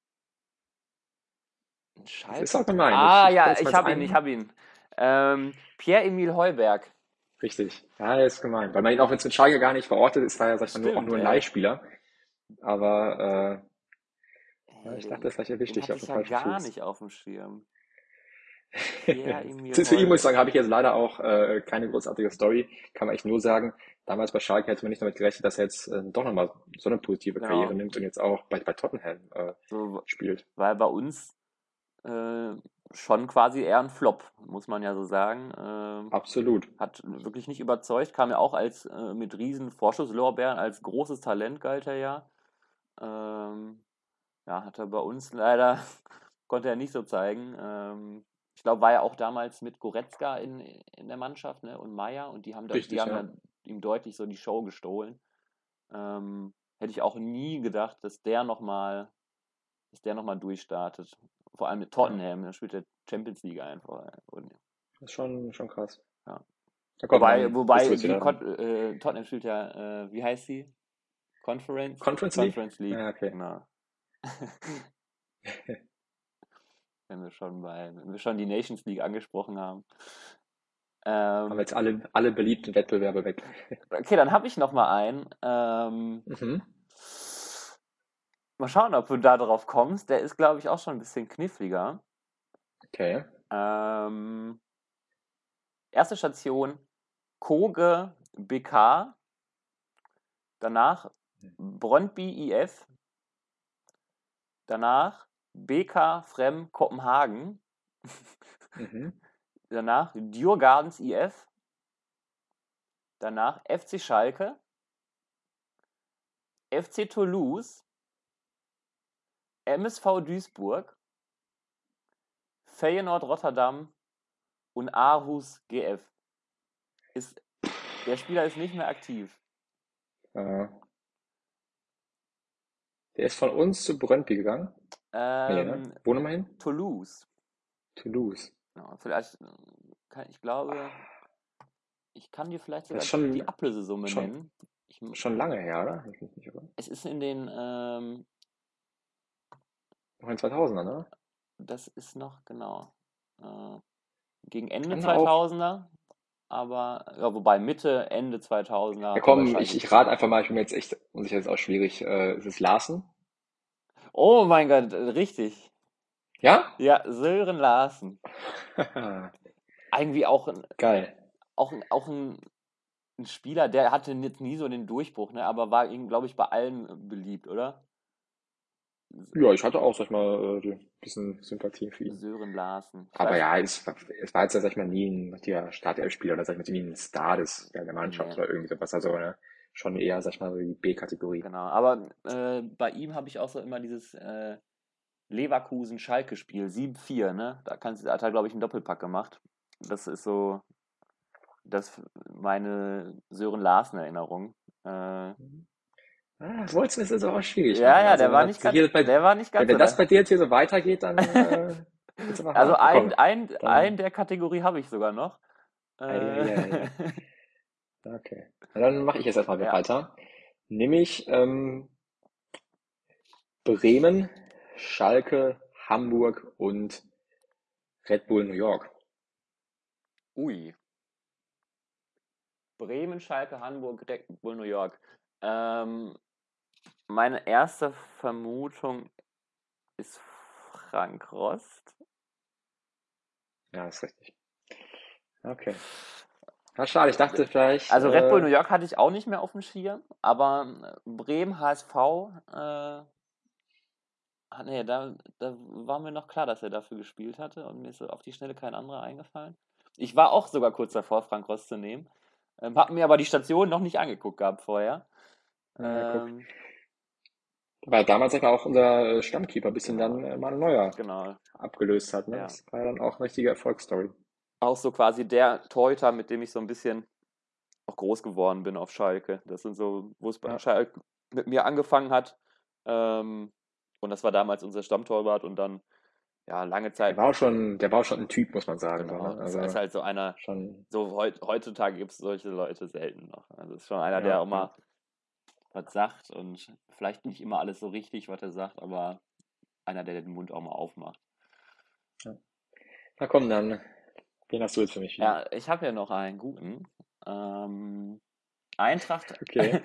Ein Es ist Schalker. auch gemein. Ich, Ah ich hau ja, jetzt mal ich als habe ihn, ich einen. habe ihn. Ähm, Pierre-Emil Heuberg. Richtig. Ja, er ist gemein. Weil man ihn auch, wenn es mit Schalke gar nicht verortet ist, war er, sag ich mal, nur, auch Stimmt, nur ein ey. Leihspieler. Aber äh, ja, Ey, ich dachte, den, das vielleicht den erwischt dich hatte auf ich dem ja falschen gar Fuß. nicht auf dem Schirm. Pierre-Emil Zu, zu ihm muss ich Heuberg. sagen, habe ich jetzt leider auch äh, keine großartige Story. Kann man echt nur sagen, damals bei Schalke hätte man nicht damit gerechnet, dass er jetzt äh, doch nochmal so eine positive Karriere Genau. nimmt und jetzt auch bei, bei Tottenham äh, So, spielt. weil bei uns äh, schon quasi eher ein Flop, muss man ja so sagen. Ähm, Absolut. hat wirklich nicht überzeugt, kam ja auch als äh, mit riesen Vorschusslorbeeren als großes Talent galt er ja. Ähm, ja, hat er bei uns leider, konnte er nicht so zeigen. Ähm, ich glaube, war ja auch damals mit Goretzka in, in der Mannschaft, ne, und Meier und die haben, da, die Richtig, haben ja. dann ihm deutlich so die Show gestohlen. Ähm, hätte ich auch nie gedacht, dass der nochmal, dass der noch mal durchstartet. Vor allem mit Ja, Tottenham, da spielt der Champions League einfach. Und, das ist schon, schon krass. ja. Na komm, Wobei, dann bist du wobei jetzt die wieder dran. Kon äh, Tottenham spielt ja, äh, wie heißt sie? Conference? Conference League? Conference League, Ja, okay. genau. Wenn wir schon bei, wenn wir schon die Nations League angesprochen haben. Haben wir Ähm, jetzt alle, alle beliebten Wettbewerbe weg. okay, dann habe ich noch mal einen. Ähm, Mhm. mal schauen, ob du da drauf kommst. Der ist, glaube ich, auch schon ein bisschen kniffliger. Okay. Ähm, erste Station Koge B K, danach Brøndby I F, danach B K Frem Kopenhagen, Mhm. danach Djurgardens I F, danach F C Schalke, F C Toulouse, M S V Duisburg, Feyenoord Rotterdam und Aarhus G F. Ist, der Spieler ist nicht mehr aktiv. Äh, der ist von uns zu Brøndby gegangen. Nee, ne? Ähm, Wo nochmal hin? Toulouse. Toulouse. Ja, vielleicht, kann, ich glaube, ich kann dir vielleicht Das sogar ist die schon, Ablösesumme schon, nennen. Ich, schon lange her, oder? Ich weiß nicht, oder? es ist in den, ähm, Noch in zweitausender, ne? das ist noch, genau, äh, gegen Ende Kann auch. zweitausender, aber, ja, wobei Mitte, Ende zweitausender Ja hat er bei komm, ich, Schalke ich rate gespielt. einfach mal, ich bin mir jetzt echt unsicher, das ist auch schwierig. Äh, ist es Larsen? Oh mein Gott, äh, richtig. Ja? Ja, Sören Larsen. Irgendwie auch, ein- Geil. auch, ein- auch ein, ein Spieler, der hatte jetzt nie so den Durchbruch, ne, aber war, glaube ich, bei allen beliebt, oder? Ja, ich hatte auch, sag ich mal, äh, ein bisschen Sympathie für ihn. Sören Larsen. Ich Aber weiß, ja, es war, es war jetzt, sag ich mal, nie ein richtiger Startelfspieler oder, sag ich mal, nie ein Star des, der, der Mannschaft nee, oder irgendwie sowas. Also, ne, schon eher, sag ich mal, so die B-Kategorie. genau. Aber äh, bei ihm habe ich auch so immer dieses äh, Leverkusen-Schalke-Spiel, sieben vier, ne? Da, kannst, da hat er, glaube ich, einen Doppelpack gemacht. Das ist so das meine Sören Larsen-Erinnerung. Äh, Ah, wolltest du es also auch schwierig ja, machen. ja, Also, der wenn war das nicht ganz, hier bei, der war nicht wenn, ganz wenn so das leicht. bei dir jetzt hier so weitergeht, dann, äh, wird's aber Also hart. Na ein, komm, ein, ein dann, der Kategorie habe ich sogar noch. ei, Äh, ei, ei. Okay. Na, dann mache ich jetzt erstmal ja. weiter. Nämlich, ähm, Bremen, Schalke, Hamburg und Red Bull New York. Ui. Bremen, Schalke, Hamburg, Red Bull, New York. Ähm, meine erste Vermutung ist Frank Rost. Ja, ist richtig. Okay. Na, schade, ich dachte vielleicht, Also Red Bull New äh, York hatte ich auch nicht mehr auf dem Schirm, aber äh, Bremen, H S V, äh, ah, nee, da, da war mir noch klar, dass er dafür gespielt hatte und mir ist so auf die Schnelle kein anderer eingefallen. Ich war auch sogar kurz davor, Frank Rost zu nehmen, ähm, hab mir aber die Station noch nicht angeguckt gehabt vorher. na, guck. Ähm, Weil damals sag ich mal, auch unser äh, Stammkeeper, bis ihn dann genau, äh, Manuel Neuer genau, abgelöst hat. Ne? ja. Das war ja dann auch eine richtige Erfolgsstory. Auch so quasi der Torhüter, mit dem ich so ein bisschen auch groß geworden bin auf Schalke. Das sind so, wo es bei Ja. Schalke mit mir angefangen hat. Ähm, und das war damals unser Stammtorwart und dann, ja, lange Der Zeit, war auch schon, der war auch schon ein Typ, muss man sagen. So, genau, ne? das ist Also halt so einer, schon, so heut, heutzutage gibt es solche Leute selten noch. Also ist schon einer, der ja, auch ja. mal was sagt und vielleicht nicht immer alles so richtig, was er sagt, aber einer, der den Mund auch mal aufmacht. Ja. Na komm, dann, wen hast du jetzt für mich wieder? Ja, ich habe ja noch einen guten. Ähm, Eintracht. Okay,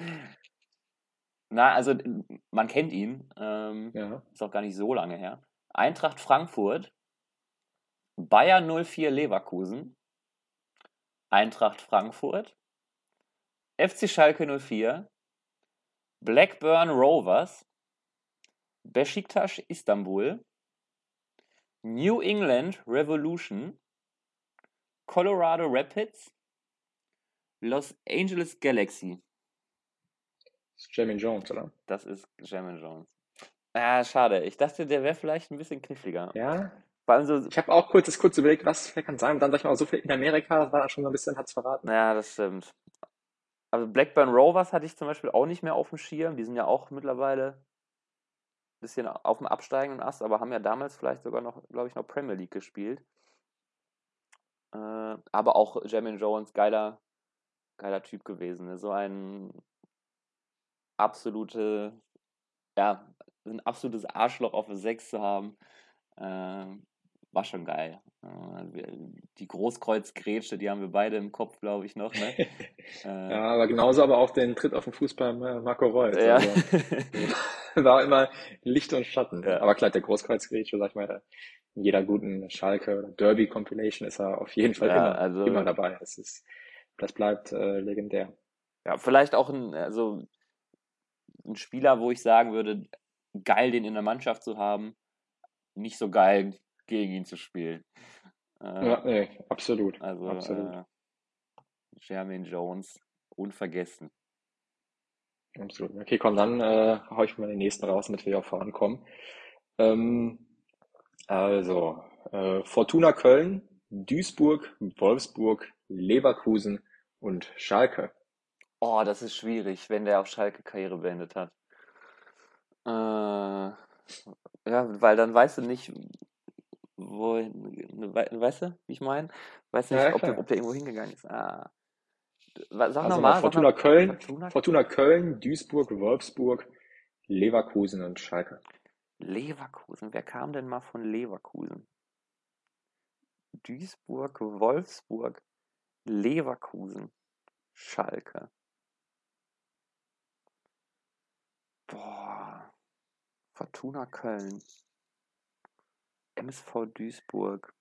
Na, also man kennt ihn. Ähm, ja. ist auch gar nicht so lange her. Eintracht Frankfurt, Bayer null vier Leverkusen, Eintracht Frankfurt, F C Schalke null vier, Blackburn Rovers, Besiktas Istanbul, New England Revolution, Colorado Rapids, Los Angeles Galaxy. Das ist Jermaine Jones, oder? Das ist Jermaine Jones. Ah, schade. Ich dachte, der wäre vielleicht ein bisschen kniffliger. Ja. Vor allem so, Ich habe auch kurz das kurz überlegt, was wer kann sein. Und dann sag ich mal, so viel in Amerika, das war dann schon so ein bisschen, hat's verraten. ja, das stimmt. Also Blackburn Rovers hatte ich zum Beispiel auch nicht mehr auf dem Schirm. Die sind ja auch mittlerweile ein bisschen auf dem absteigenden Ast, aber haben ja damals vielleicht sogar noch, glaube ich, noch Premier League gespielt. Äh, aber auch Jermaine Jones, geiler, geiler Typ gewesen. Ne? So ein absolute, ja, ein absolutes Arschloch auf der sechs zu haben, äh, war schon geil. Äh, die Großkreuzgrätsche, die haben wir beide im Kopf, glaube ich, noch, ne? Äh, Ja, aber genauso aber auch den Tritt auf den Fußball äh, Marco Reus. ja. Also war immer Licht und Schatten. Ja. Aber klar, der Großkreuzgrätsche, sag ich mal, in jeder guten Schalke oder Derby Compilation ist er auf jeden Fall Ja, immer, also- immer dabei. Das ist, das bleibt äh, legendär. Ja, vielleicht auch ein, also ein Spieler, wo ich sagen würde, geil, den in der Mannschaft zu haben, nicht so geil, gegen ihn zu spielen. Äh, Ja, nee, absolut. also absolut. Äh, Jermaine Jones, unvergessen. Absolut. Okay, komm, dann äh, hau ich mal den nächsten raus, damit wir auch vorankommen. Ähm, also, äh, Fortuna Köln, Duisburg, Wolfsburg, Leverkusen und Schalke. Oh, das ist schwierig, wenn der auf Schalke Karriere beendet hat. Äh, ja, weil dann weißt du nicht, wo, weißt du, wie ich meine? Weißt du Ja, nicht, ja, ob, der- klar. ob der irgendwo hingegangen ist. Ah. Sag Also mal nochmal, sag Fortuna noch, Köln, Fortuna? Fortuna Köln, Duisburg, Wolfsburg, Leverkusen und Schalke. Leverkusen, wer kam denn mal von Leverkusen? Duisburg, Wolfsburg, Leverkusen, Schalke. Boah, Fortuna Köln, M S V Duisburg,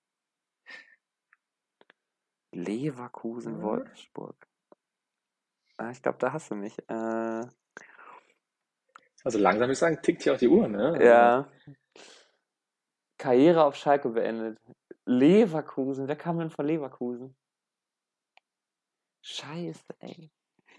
Leverkusen, Ja. Wolfsburg. Ah, ich glaube, da hast du mich. Äh, Also langsam würde ich sagen, tickt hier auf die Uhr, ne? Also, ja, Karriere auf Schalke beendet. Leverkusen, wer kam denn von Leverkusen? Scheiße, ey.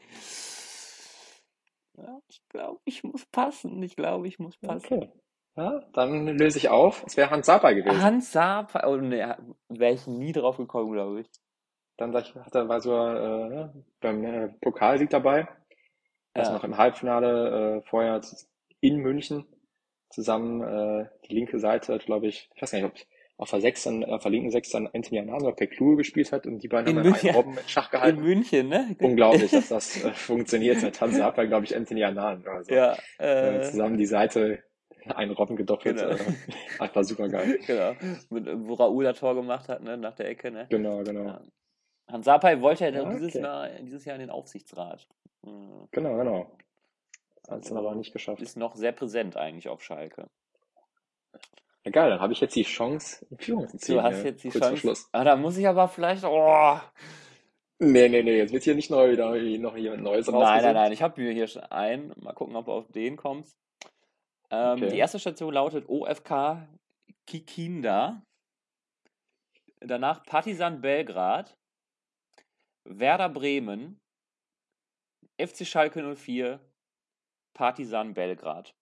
Ja, ich glaube, ich muss passen. Ich glaube, ich muss passen. okay. Ja, dann löse ich auf. Es wäre Hans Sapa gewesen. Hans Saar, oh ne, wäre ich nie drauf gekommen, glaube ich. Dann sag ich, hat er war so äh, beim äh, Pokalsieg dabei. Also Ja. noch im Halbfinale äh, vorher in München zusammen äh, die linke Seite, glaube ich, ich weiß gar nicht, ob auf der sechs dann, auf der linken sechs dann Anthony Anano auf der Klue gespielt hat und die beiden In haben dann einen München, Robben in Schach in gehalten. München, ne? Unglaublich, dass das äh, funktioniert. Mit Hans Sapa, glaube ich, Anthony Annan. Also Ja, äh, äh, zusammen die Seite, einen Robben gedoppelt, genau. äh, einfach super geil. Genau. Mit, wo Raoul das Tor gemacht hat, ne? Nach der Ecke, ne? Genau, genau. Ja. Hans Sapai wollte ja Ja, dieses, okay. Mal, dieses Jahr in den Aufsichtsrat. Mhm. Genau, genau. Hat es dann aber Also nicht geschafft. ist noch sehr präsent eigentlich auf Schalke. Ja, geil, dann habe ich jetzt die Chance, in Führung zu ziehen, Du hast hier, jetzt die kurz vor Chance. Schluss. Ah, da muss ich aber vielleicht. Oh. Nee, nee, nee, jetzt wird hier nicht neu wieder irgendwie noch jemand Neues Nein, nein, rausgesucht. nein. Ich habe mir hier schon einen. Mal gucken, ob du auf den kommst. Ähm, Die Okay. erste Station lautet O F K Kikinda. Danach Partizan Belgrad, Werder Bremen, F C Schalke null vier, Partizan Belgrad.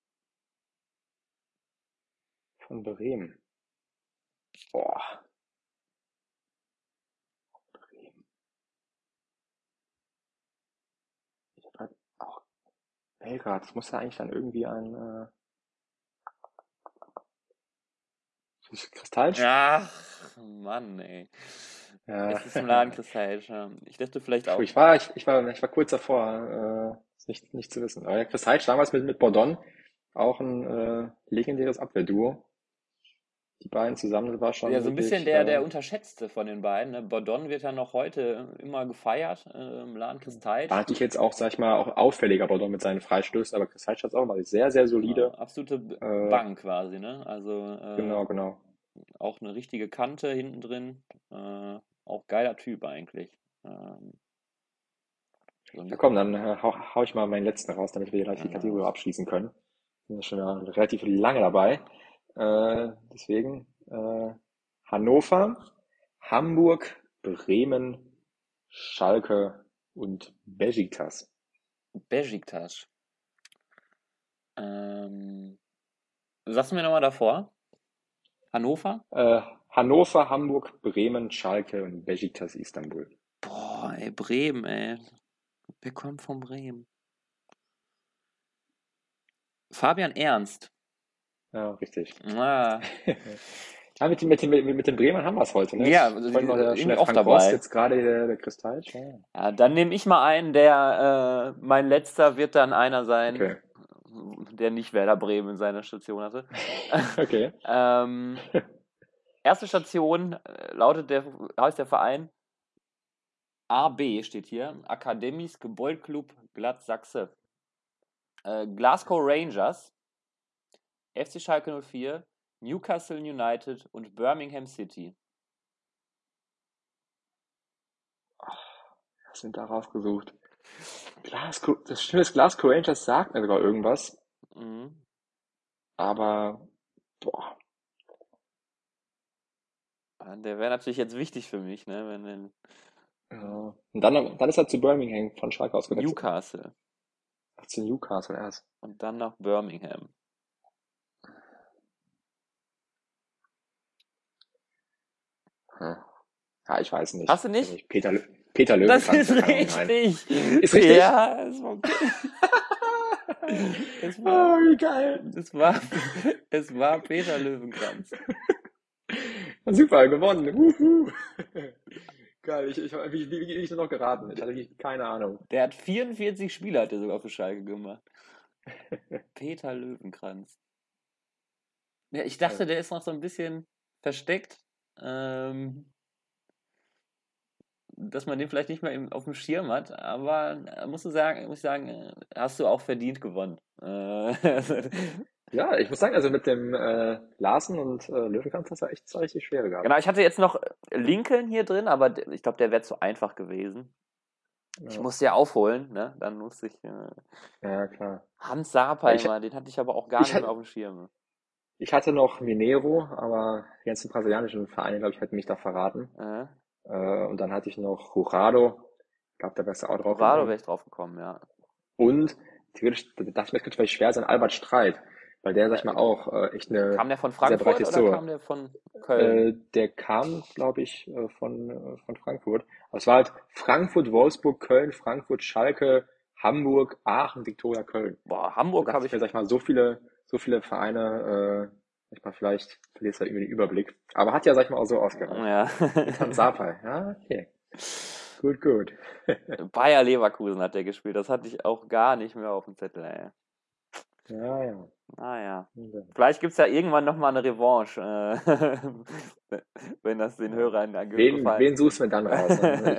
Von Bremen. Boah. Bremen. Ich hab grad auch Belgrad. Das muss ja eigentlich dann irgendwie ein äh, Kristall. Ach, Mann, ey. Ja. Es ist im Laden Kristall. Ich dachte vielleicht Puh, auch. ich war, ich, ich war, ich war kurz davor, äh, es nicht, nicht zu wissen. Aber ja, Chris Heitsch damals mit, mit Bordon, auch ein äh, legendäres Abwehrduo. Die beiden zusammen, das war Ja, schon so ein bisschen wirklich, der, äh, der unterschätzte von den beiden. Ne? Bordon wird ja noch heute immer gefeiert äh, im Laden war Kristall. natürlich jetzt auch, sag ich mal, auch auffälliger Bordon mit seinen Freistößen, aber Chris Heitsch hat auch mal sehr, sehr Genau, solide. absolute B- Äh, Bank quasi, ne? Also äh, genau, genau. auch eine richtige Kante hinten drin. Äh, auch geiler Typ eigentlich. Ähm, so Ja ein, komm, dann äh, hau, hau ich mal meinen letzten raus, damit wir gleich die genau. Kategorie abschließen können. Sind ja schon wieder relativ lange dabei. Äh, deswegen äh, Hannover, Hamburg, Bremen, Schalke und Besiktas. Besiktas. Ähm, Sagst du mir nochmal davor? Hannover? Äh, Hannover, Hamburg, Bremen, Schalke und Besiktas Istanbul. Boah, ey, Bremen, ey. Wer kommt von Bremen? Fabian Ernst. Ja, richtig. Ah, Ja, mit, den- mit, den- mit, mit den Bremern haben wir es heute, ne? ja, Jetzt also die- vorhin noch der, schon irgendwie der oft Frank Rost, dabei. jetzt gerade der, der Kristallsch. Ja. Ja, dann nehme ich mal einen, der, äh, mein letzter wird dann einer sein, Okay, der nicht Werder Bremen in seiner Station hatte. okay. ähm, erste Station äh, lautet der, heißt der Verein A B, steht hier, Akademies Gebäudeclub Glatz Sachse. Äh, Glasgow Rangers, F C Schalke null vier, Newcastle United und Birmingham City. Was sind da rausgesucht? Glasgow, das Schöne ist, Glasgow Rangers sagt mir sogar irgendwas, Mhm. aber boah, Ah, der wäre natürlich jetzt wichtig für mich, ne, wenn wenn ja. Und dann, dann ist er zu Birmingham von Schalke aus gewechselt. Newcastle Ach, zu Newcastle erst. und dann nach Birmingham. Hm. Ja, ich weiß nicht. Hast du nicht? Ich- Peter, Lö- Peter Das Löwenkranz, ist keine Ahnung, nein. richtig. Ist richtig? Ja, es war okay. Es war, Oh, wie geil. es war, es war Peter Löwenkranz. Super, gewonnen. Wuhu. Geil, ich, ich, wie, wie, wie ich das noch geraten? Ich hatte wirklich keine Ahnung. Der hat vierundvierzig Spiele hat er sogar für Schalke gemacht. Peter Löwenkranz. Ja, ich dachte, der ist noch so ein bisschen versteckt. Ähm, dass man den vielleicht nicht mehr im, auf dem Schirm hat, aber äh, musst du sagen, muss ich sagen, äh, hast du auch verdient gewonnen. Äh, Ja, ich muss sagen, also mit dem äh, Larsen und äh, Löwenkranz hast du echt zwei richtig schwere gehabt. genau, ich hatte jetzt noch Lincoln hier drin, aber d- ich glaube, der wäre zu einfach gewesen. Ich Ja. musste ja aufholen, ne? Dann musste ich äh, Ja, klar. Hans Ja, ich- Saarheimer, den hatte ich aber auch gar ich nicht hatte- mehr auf dem Schirm. Ich hatte noch Mineiro, aber die ganzen brasilianischen Vereine, glaube ich, hätten mich da verraten. Äh, Äh, und dann hatte ich noch Jurado. Ich glaube, da wärst du auch drauf Rado gekommen. wäre ich drauf gekommen, ja. Und theoretisch, da dachte ich mir, es könnte vielleicht schwer sein, Albert Streit. Weil der, sag ich mal, auch äh, echt eine Kam der von sehr Frankfurt breite oder Historie. kam der von Köln? Äh, der kam, glaube ich, äh, von, äh, von Frankfurt. Aber es war halt Frankfurt, Wolfsburg, Köln, Frankfurt, Schalke, Hamburg, Aachen, Viktoria, Köln. Boah, Da Hamburg dachte habe ich ich. mir, sag ich mal, so viele, so viele Vereine, äh, sag ich mal, vielleicht verlierst du da irgendwie den Überblick. Aber hat ja, sag ich mal, auch so ausgereicht. Ja. Mit Hans Sapai. Ja, okay. Gut, gut. Bayer Leverkusen hat der gespielt. Das hatte ich auch gar nicht mehr auf dem Zettel, ey. Ja, ja. Naja. Ja. Vielleicht gibt es ja irgendwann nochmal eine Revanche, äh, wenn das den Ja. Hörern dann Wen, gefallen. wen suchst du mir dann raus? Ne?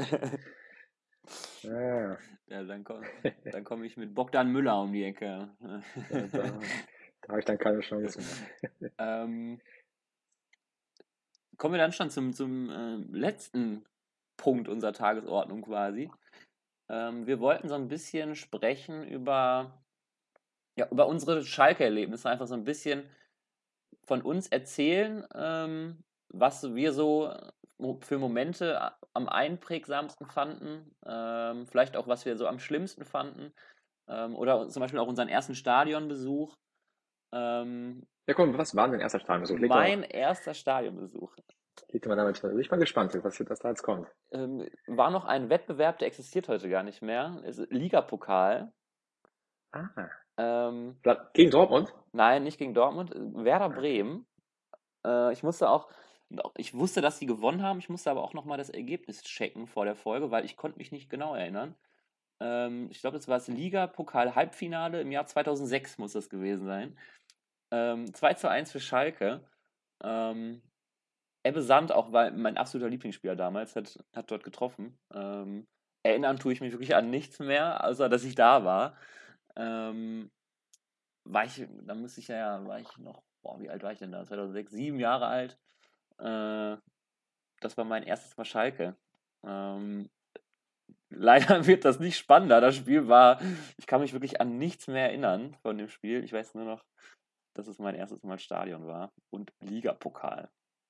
Ich, ja, ja. Ja, dann komme dann komm ich mit Bogdan Müller um die Ecke. Da, da, da habe ich dann keine Chance mehr. ähm, kommen wir dann schon zum, zum äh, letzten Punkt unserer Tagesordnung quasi. Ähm, wir wollten so ein bisschen sprechen über, ja, über unsere Schalke-Erlebnisse, einfach so ein bisschen von uns erzählen, ähm, was wir so mo- für Momente a- am einprägsamsten fanden, ähm, vielleicht auch, was wir so am schlimmsten fanden, ähm, oder zum Beispiel auch unseren ersten Stadionbesuch. Ähm, Ja, komm, was war denn dein erster Stadionbesuch? Leg doch, mein erster Stadionbesuch leg doch mal damit. Bin ich mal gespannt, was, was da jetzt kommt. ähm, war noch ein Wettbewerb, der existiert heute gar nicht mehr. Es ist Ligapokal. Ah, Ähm, gegen Dortmund? nein, nicht gegen Dortmund. Werder Bremen. Äh, ich musste auch, ich wusste, dass sie gewonnen haben. Ich musste aber auch nochmal das Ergebnis checken vor der Folge, weil ich konnte mich nicht genau erinnern. Ähm, ich glaube, das war das Ligapokal-Halbfinale im Jahr zweitausendsechs muss das gewesen sein. Ähm, zwei zu eins für Schalke. Ähm, Ebbe Sand, auch weil mein absoluter Lieblingsspieler damals, hat, hat dort getroffen. Ähm, erinnern tue ich mich wirklich an nichts mehr, außer dass ich da war. Ähm, war ich, da müsste ich ja, war ich noch, boah, wie alt war ich denn da? zweitausendsechs, sieben Jahre alt. Äh, das war mein erstes Mal Schalke. Ähm, leider wird das nicht spannender. Das Spiel war, ich kann mich wirklich an nichts mehr erinnern von dem Spiel. Ich weiß nur noch, dass es mein erstes Mal Stadion war und Ligapokal.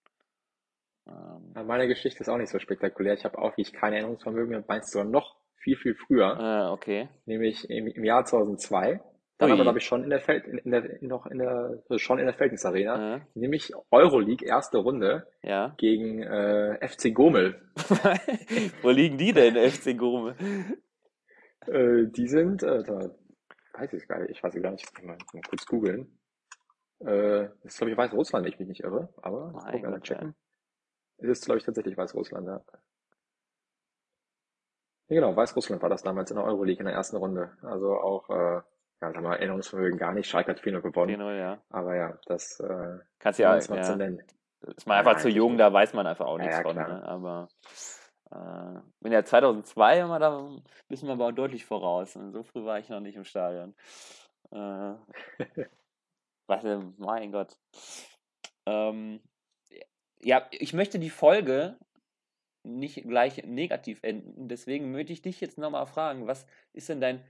Ähm, Ja, meine Geschichte ist auch nicht so spektakulär. Ich habe auch wie ich kein Erinnerungsvermögen, meinst sogar noch viel, viel früher, äh, okay. nämlich im, im Jahr zweitausendzwei. Dann Ui. aber, glaube ich, schon in der Feld, in, in der, noch in der, also schon in der Felddienst Arena, Äh, nämlich Euroleague, erste Runde ja. gegen äh, F C Gomel. Wo liegen die denn, F C Gome? Äh, die sind, äh, da weiß ich gar nicht, ich weiß gar nicht, ich kann mal, mal kurz googeln. Äh, das ist, glaube ich, Weißrussland, wenn ich mich nicht irre, aber das wollen Mein wir mal Gott, ey. checken. Es ist, glaube ich, tatsächlich Weißrussland, ja. Ja, genau, Weißrussland war das damals in der Euroleague in der ersten Runde. Also auch, äh, ja, sagen wir Erinnerungsvermögen gar nicht. Schalke hat vier null gewonnen. vier null, ja. Aber ja, das, äh, Kannst um ja, uns mal zu ja. nennen. Ist man einfach Nein, zu natürlich jung, nicht. da weiß man einfach auch Ja, nichts ja, von, klar. ne? Aber äh, bin ja zweitausendzwei immer da, wissen wir aber auch deutlich voraus. Und so früh war ich noch nicht im Stadion. Äh, warte, mein Gott. Ähm, ja, ich möchte die Folge nicht gleich negativ enden. Deswegen möchte ich dich jetzt nochmal fragen, was ist denn dein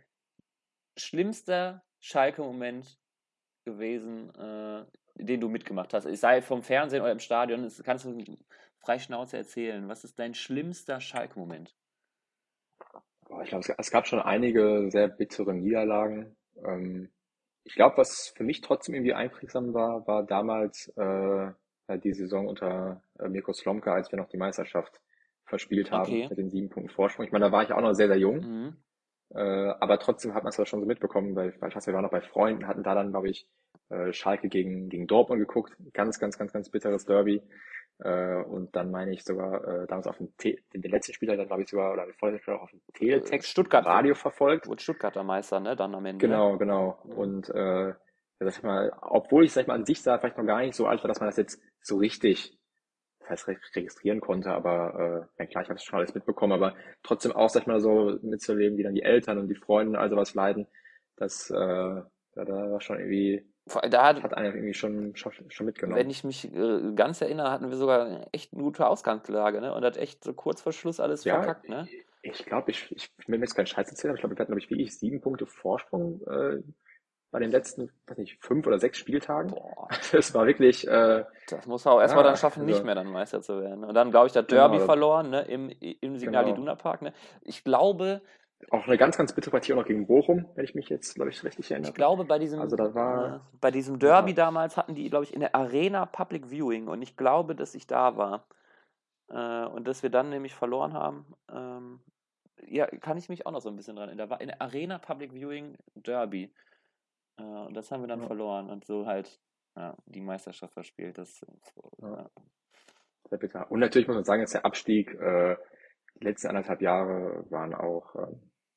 schlimmster Schalke-Moment gewesen, äh, den du mitgemacht hast? Es sei vom Fernsehen oder im Stadion, das kannst du frei Schnauze erzählen. Was ist dein schlimmster Schalke-Moment? Boah, ich glaube, es, es gab schon einige sehr bittere Niederlagen. Ähm, ich glaube, was für mich trotzdem irgendwie einprägsam war, war damals äh, ja, die Saison unter äh, Mirko Slomka, als wir noch die Meisterschaft verspielt haben Okay. mit den sieben Punkten Vorsprung. Ich meine, da war ich auch noch sehr, sehr jung. Mhm. Äh, aber trotzdem hat man es ja schon so mitbekommen, weil, weil fast wir waren noch bei Freunden, hatten da dann, glaube ich, äh, Schalke gegen, gegen Dortmund geguckt. Ganz, ganz, ganz, ganz bitteres Derby. Äh, und dann meine ich sogar, äh, damals auf dem, Te den, den letzten Spieler dann, glaube ich, sogar, oder den vorletzten Spieler auch auf dem Äh, Teletext im Stuttgart Radio verfolgt. wurde Stuttgarter Meister, ne? Dann am Ende, ne? Genau, genau. Mhm. Und äh, ja, sag ich mal, obwohl ich, sag ich mal, an sich sah, vielleicht noch gar nicht so alt war, dass man das jetzt so richtig, das heißt, re- registrieren konnte, aber äh, ja klar, ich habe es schon alles mitbekommen, aber trotzdem auch, sag ich mal, so mitzuleben, wie dann die Eltern und die Freunde und all sowas leiden, das äh, da, da war schon irgendwie, Vor- Da hat, hat einen irgendwie schon, schon, schon wenn mitgenommen. ich mich äh, ganz erinnere, hatten wir sogar echt eine gute Ausgangslage, ne? Und hat echt so kurz vor Schluss alles Ja, verkackt, ne? ich glaube, ich, ich will mir jetzt keinen Scheiß erzählen, aber ich glaube, wir hatten, glaube ich, wirklich sieben Punkte Vorsprung äh, bei den letzten, weiß nicht, fünf oder sechs Spieltagen. Boah, Also es war wirklich, äh, das muss er auch erstmal dann ja, schaffen, nicht also mehr dann Meister zu werden. Und dann, glaube ich, das Derby genau, verloren, ne? Im, im Signal genau. Iduna Park, ne? Ich glaube, Auch eine ganz, ganz bittere Partie auch noch gegen Bochum, wenn ich mich jetzt, glaube ich, richtig ich erinnere. glaube, bei Also diesem, da äh, war, bei diesem Derby ja, damals hatten die, glaube ich, in der Arena Public Viewing und ich glaube, dass ich da war. Äh, und dass wir dann nämlich verloren haben. Ähm, ja, kann ich mich auch noch so ein bisschen dran erinnern. Da war in der Arena Public Viewing Derby. Äh, und das haben wir dann ja, verloren und so halt ja, die Meisterschaft verspielt. Das, ja, ja. sehr bitter. Und natürlich muss man sagen, dass der Abstieg, äh, die letzten anderthalb Jahre waren auch äh,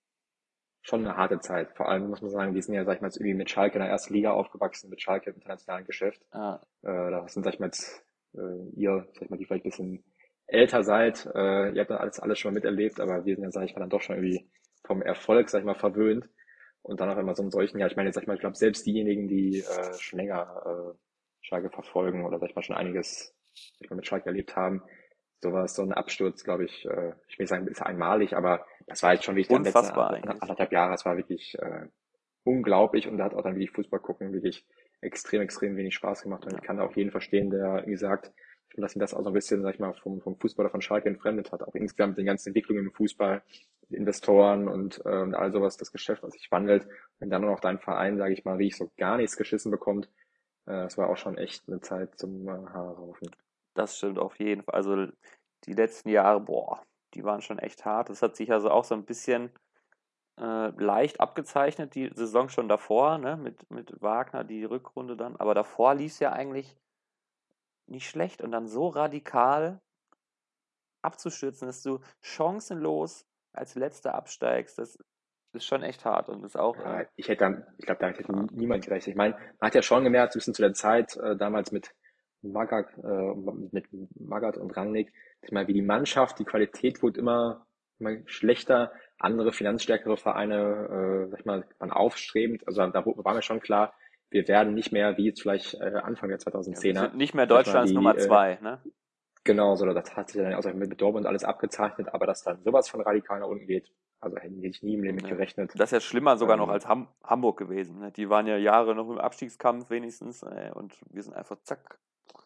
schon eine harte Zeit. Vor allem muss man sagen, die sind ja, sag ich mal, jetzt irgendwie mit Schalke in der ersten Liga aufgewachsen, mit Schalke im internationalen Geschäft. Ja, Äh, da sind, sag ich mal, jetzt, äh, ihr, sag ich mal, die vielleicht ein bisschen älter seid, äh, ihr habt dann alles, alles schon mal miterlebt, aber wir sind ja, sag ich mal, dann doch schon irgendwie vom Erfolg, sag ich mal, verwöhnt. Und dann auch immer so einen solchen, ja, ich meine, jetzt sag ich mal, ich glaube, selbst diejenigen, die äh, schon länger äh, Schalke verfolgen oder sag ich mal schon einiges sag ich mal, mit Schalke erlebt haben, sowas, so ein Absturz, glaube ich, äh, ich will nicht sagen, ist einmalig, aber das war jetzt schon wirklich die letzten unfassbar anderthalb eigentlich. anderthalb Jahre, es war wirklich äh, unglaublich und da hat auch dann wirklich Fußball gucken wirklich extrem, extrem wenig Spaß gemacht und ich Ja, kann auch jeden verstehen, der irgendwie sagt, dass ihn das auch so ein bisschen, sag ich mal, vom, vom Fußballer von Schalke entfremdet hat. Auch insgesamt mit den ganzen Entwicklungen im Fußball, Investoren und, äh, und all sowas, das Geschäft, was sich wandelt. Wenn dann nur noch dein Verein, sage ich mal, wie ich so gar nichts geschissen bekommt, äh, das war auch schon echt eine Zeit zum äh, Haare raufen. das stimmt auf jeden Fall. Also die letzten Jahre, boah, die waren schon echt hart. Das hat sich also auch so ein bisschen äh, leicht abgezeichnet, die Saison schon davor, ne, mit, mit Wagner, die Rückrunde dann. Aber davor lief es ja eigentlich nicht schlecht und dann so radikal abzustürzen, dass du chancenlos als Letzter absteigst, das ist schon echt hart und ist auch Ja, äh, ich hätte dann, ich glaube, damit hätte ja, niemand gerechnet. Ich meine, man hat ja schon gemerkt, so ein bisschen zu der Zeit, äh, damals mit Magath, äh, mit Magath und Rangnick, ich meine, wie die Mannschaft, die Qualität wurde immer, immer schlechter, andere finanzstärkere Vereine, äh, sag ich mal, waren aufstrebend, also da war mir schon klar, wir werden nicht mehr wie jetzt vielleicht äh, Anfang der ja, wir sind zweitausendzehner, nicht mehr sag ich mal, Deutschlands die Nummer äh, zwei, ne? genau, so, das hat sich dann auch mit Dortmund alles abgezeichnet, aber dass dann sowas von radikal nach unten geht, also hätte ich nie im Leben mit Ne. gerechnet. Das ist ja schlimmer sogar noch Ähm, als Ham Hamburg gewesen. Ne? Die waren ja Jahre noch im Abstiegskampf wenigstens äh, und wir sind einfach zack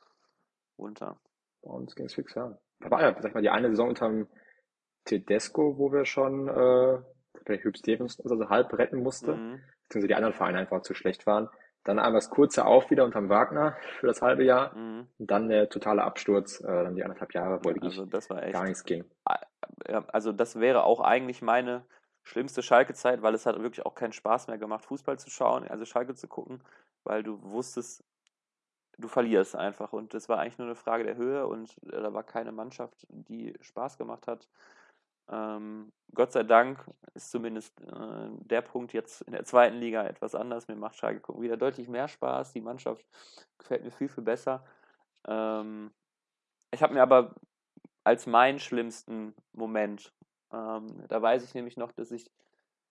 runter. Bei uns ging es fix, ja. Da war ja, sag ich mal, die eine Saison unter Tedesco, wo wir schon äh, bei Hüb Stevens also so halb retten musste, Mhm. beziehungsweise die anderen Vereine einfach zu schlecht waren. Dann einmal das kurze Auf wieder unterm Wagner für das halbe Jahr Mhm. und dann der totale Absturz, äh, dann die anderthalb Jahre, wo Ja, also wirklich das war gar echt. nichts ging. Ja, also das wäre auch eigentlich meine schlimmste Schalke-Zeit, weil es hat wirklich auch keinen Spaß mehr gemacht, Fußball zu schauen, also Schalke zu gucken, weil du wusstest, du verlierst einfach. Und das war eigentlich nur eine Frage der Höhe und äh, da war keine Mannschaft, die Spaß gemacht hat. Ähm, Gott sei Dank ist zumindest äh, der Punkt jetzt in der zweiten Liga etwas anders. Mir macht Schalke gucken wieder deutlich mehr Spaß. Die Mannschaft gefällt mir viel, viel besser. Ähm, ich habe mir aber als meinen schlimmsten Moment, ähm, da weiß ich nämlich noch, dass ich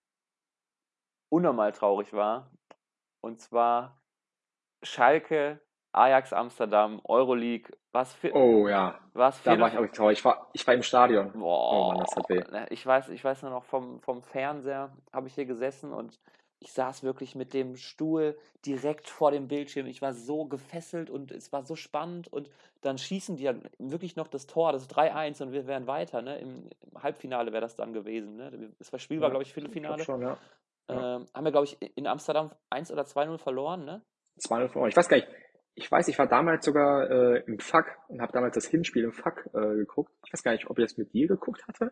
unnormal traurig war. Und zwar Schalke, Ajax Amsterdam, Euroleague. Was für, Oh ja, was da war Viertel, ich auch traurig. Ich war, ich war im Stadion. Oh Mann, das Boah, hat weh. ne, ich weiß, ich weiß nur noch vom, vom Fernseher habe ich hier gesessen und ich saß wirklich mit dem Stuhl direkt vor dem Bildschirm. Ich war so gefesselt und es war so spannend und dann schießen die ja wirklich noch das Tor, das drei eins und wir wären weiter, ne? Im, im Halbfinale wäre das dann gewesen, ne? Das Spiel war, Ja, glaube ich, ich glaube Viertelfinale. schon, ja. Ja. Ähm, haben wir, glaube ich, in Amsterdam eins oder zwei null verloren, ne? zwei null verloren. Ich weiß gar nicht. Ich weiß, ich war damals sogar äh, im F A K und habe damals das Hinspiel im F A K äh, geguckt. Ich weiß gar nicht, ob ich das mit dir geguckt hatte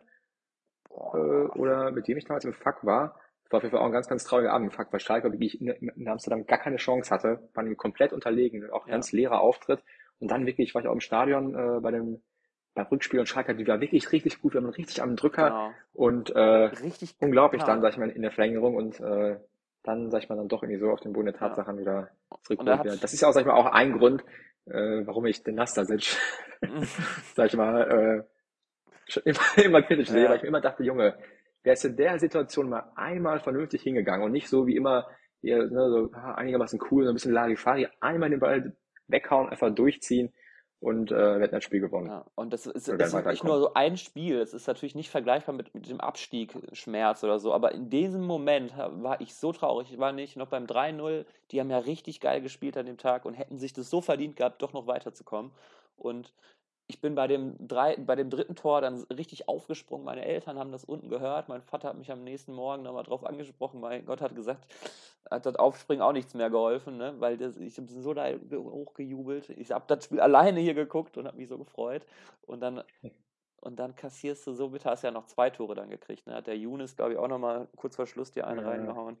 äh, Boah, oder mit dem ich damals im F A K war. Das war auf jeden Fall auch ein ganz, ganz trauriger Abend im F A K, weil Schalke wirklich in, in Amsterdam gar keine Chance hatte, waren wir komplett unterlegen, auch ja, ganz leerer Auftritt. Und dann wirklich war ich auch im Stadion äh, bei dem beim Rückspiel und Schalke, die war wirklich richtig gut, wir waren richtig am Drücker genau. und äh, Richtig, unglaublich dann, genau, sag ich mal, in der Verlängerung und äh, dann, sag ich mal, dann doch irgendwie so auf den Boden der ja. Tatsachen wieder Und er zurückgeholt werden. hat Das ist ja auch, sag ich mal, auch ein Grund, äh, warum ich den Nastasic, sag ich mal, äh, immer, immer kritisch sehe, weil ich ja, mir immer dachte, Junge, wer ist in der Situation mal einmal vernünftig hingegangen und nicht so wie immer, hier, ne, so ah, einigermaßen cool, so ein bisschen Larifari, einmal den Ball weghauen, einfach durchziehen und äh, wir hätten das Spiel gewonnen. ja. Und das ist, Oder es wären ist wirklich nur weitergekommen. so ein Spiel. Es ist natürlich nicht vergleichbar mit, mit dem Abstieg-Schmerz oder so, aber in diesem Moment ha- war ich so traurig. Ich war nicht noch beim drei null. Die haben ja richtig geil gespielt an dem Tag und hätten sich das so verdient gehabt, doch noch weiterzukommen. Und ich bin bei dem, drei, bei dem dritten Tor dann richtig aufgesprungen. Meine Eltern haben das unten gehört. Mein Vater hat mich am nächsten Morgen nochmal drauf angesprochen. Mein Gott hat gesagt, hat das Aufspringen auch nichts mehr geholfen, ne? Weil das, ich habe so da hochgejubelt. Ich habe das Spiel alleine hier geguckt und habe mich so gefreut. Und dann, und dann kassierst du so bitter, hast ja noch zwei Tore dann gekriegt. Ne? Hat der Younes, glaube ich, auch nochmal kurz vor Schluss dir einen Äh, reingehauen.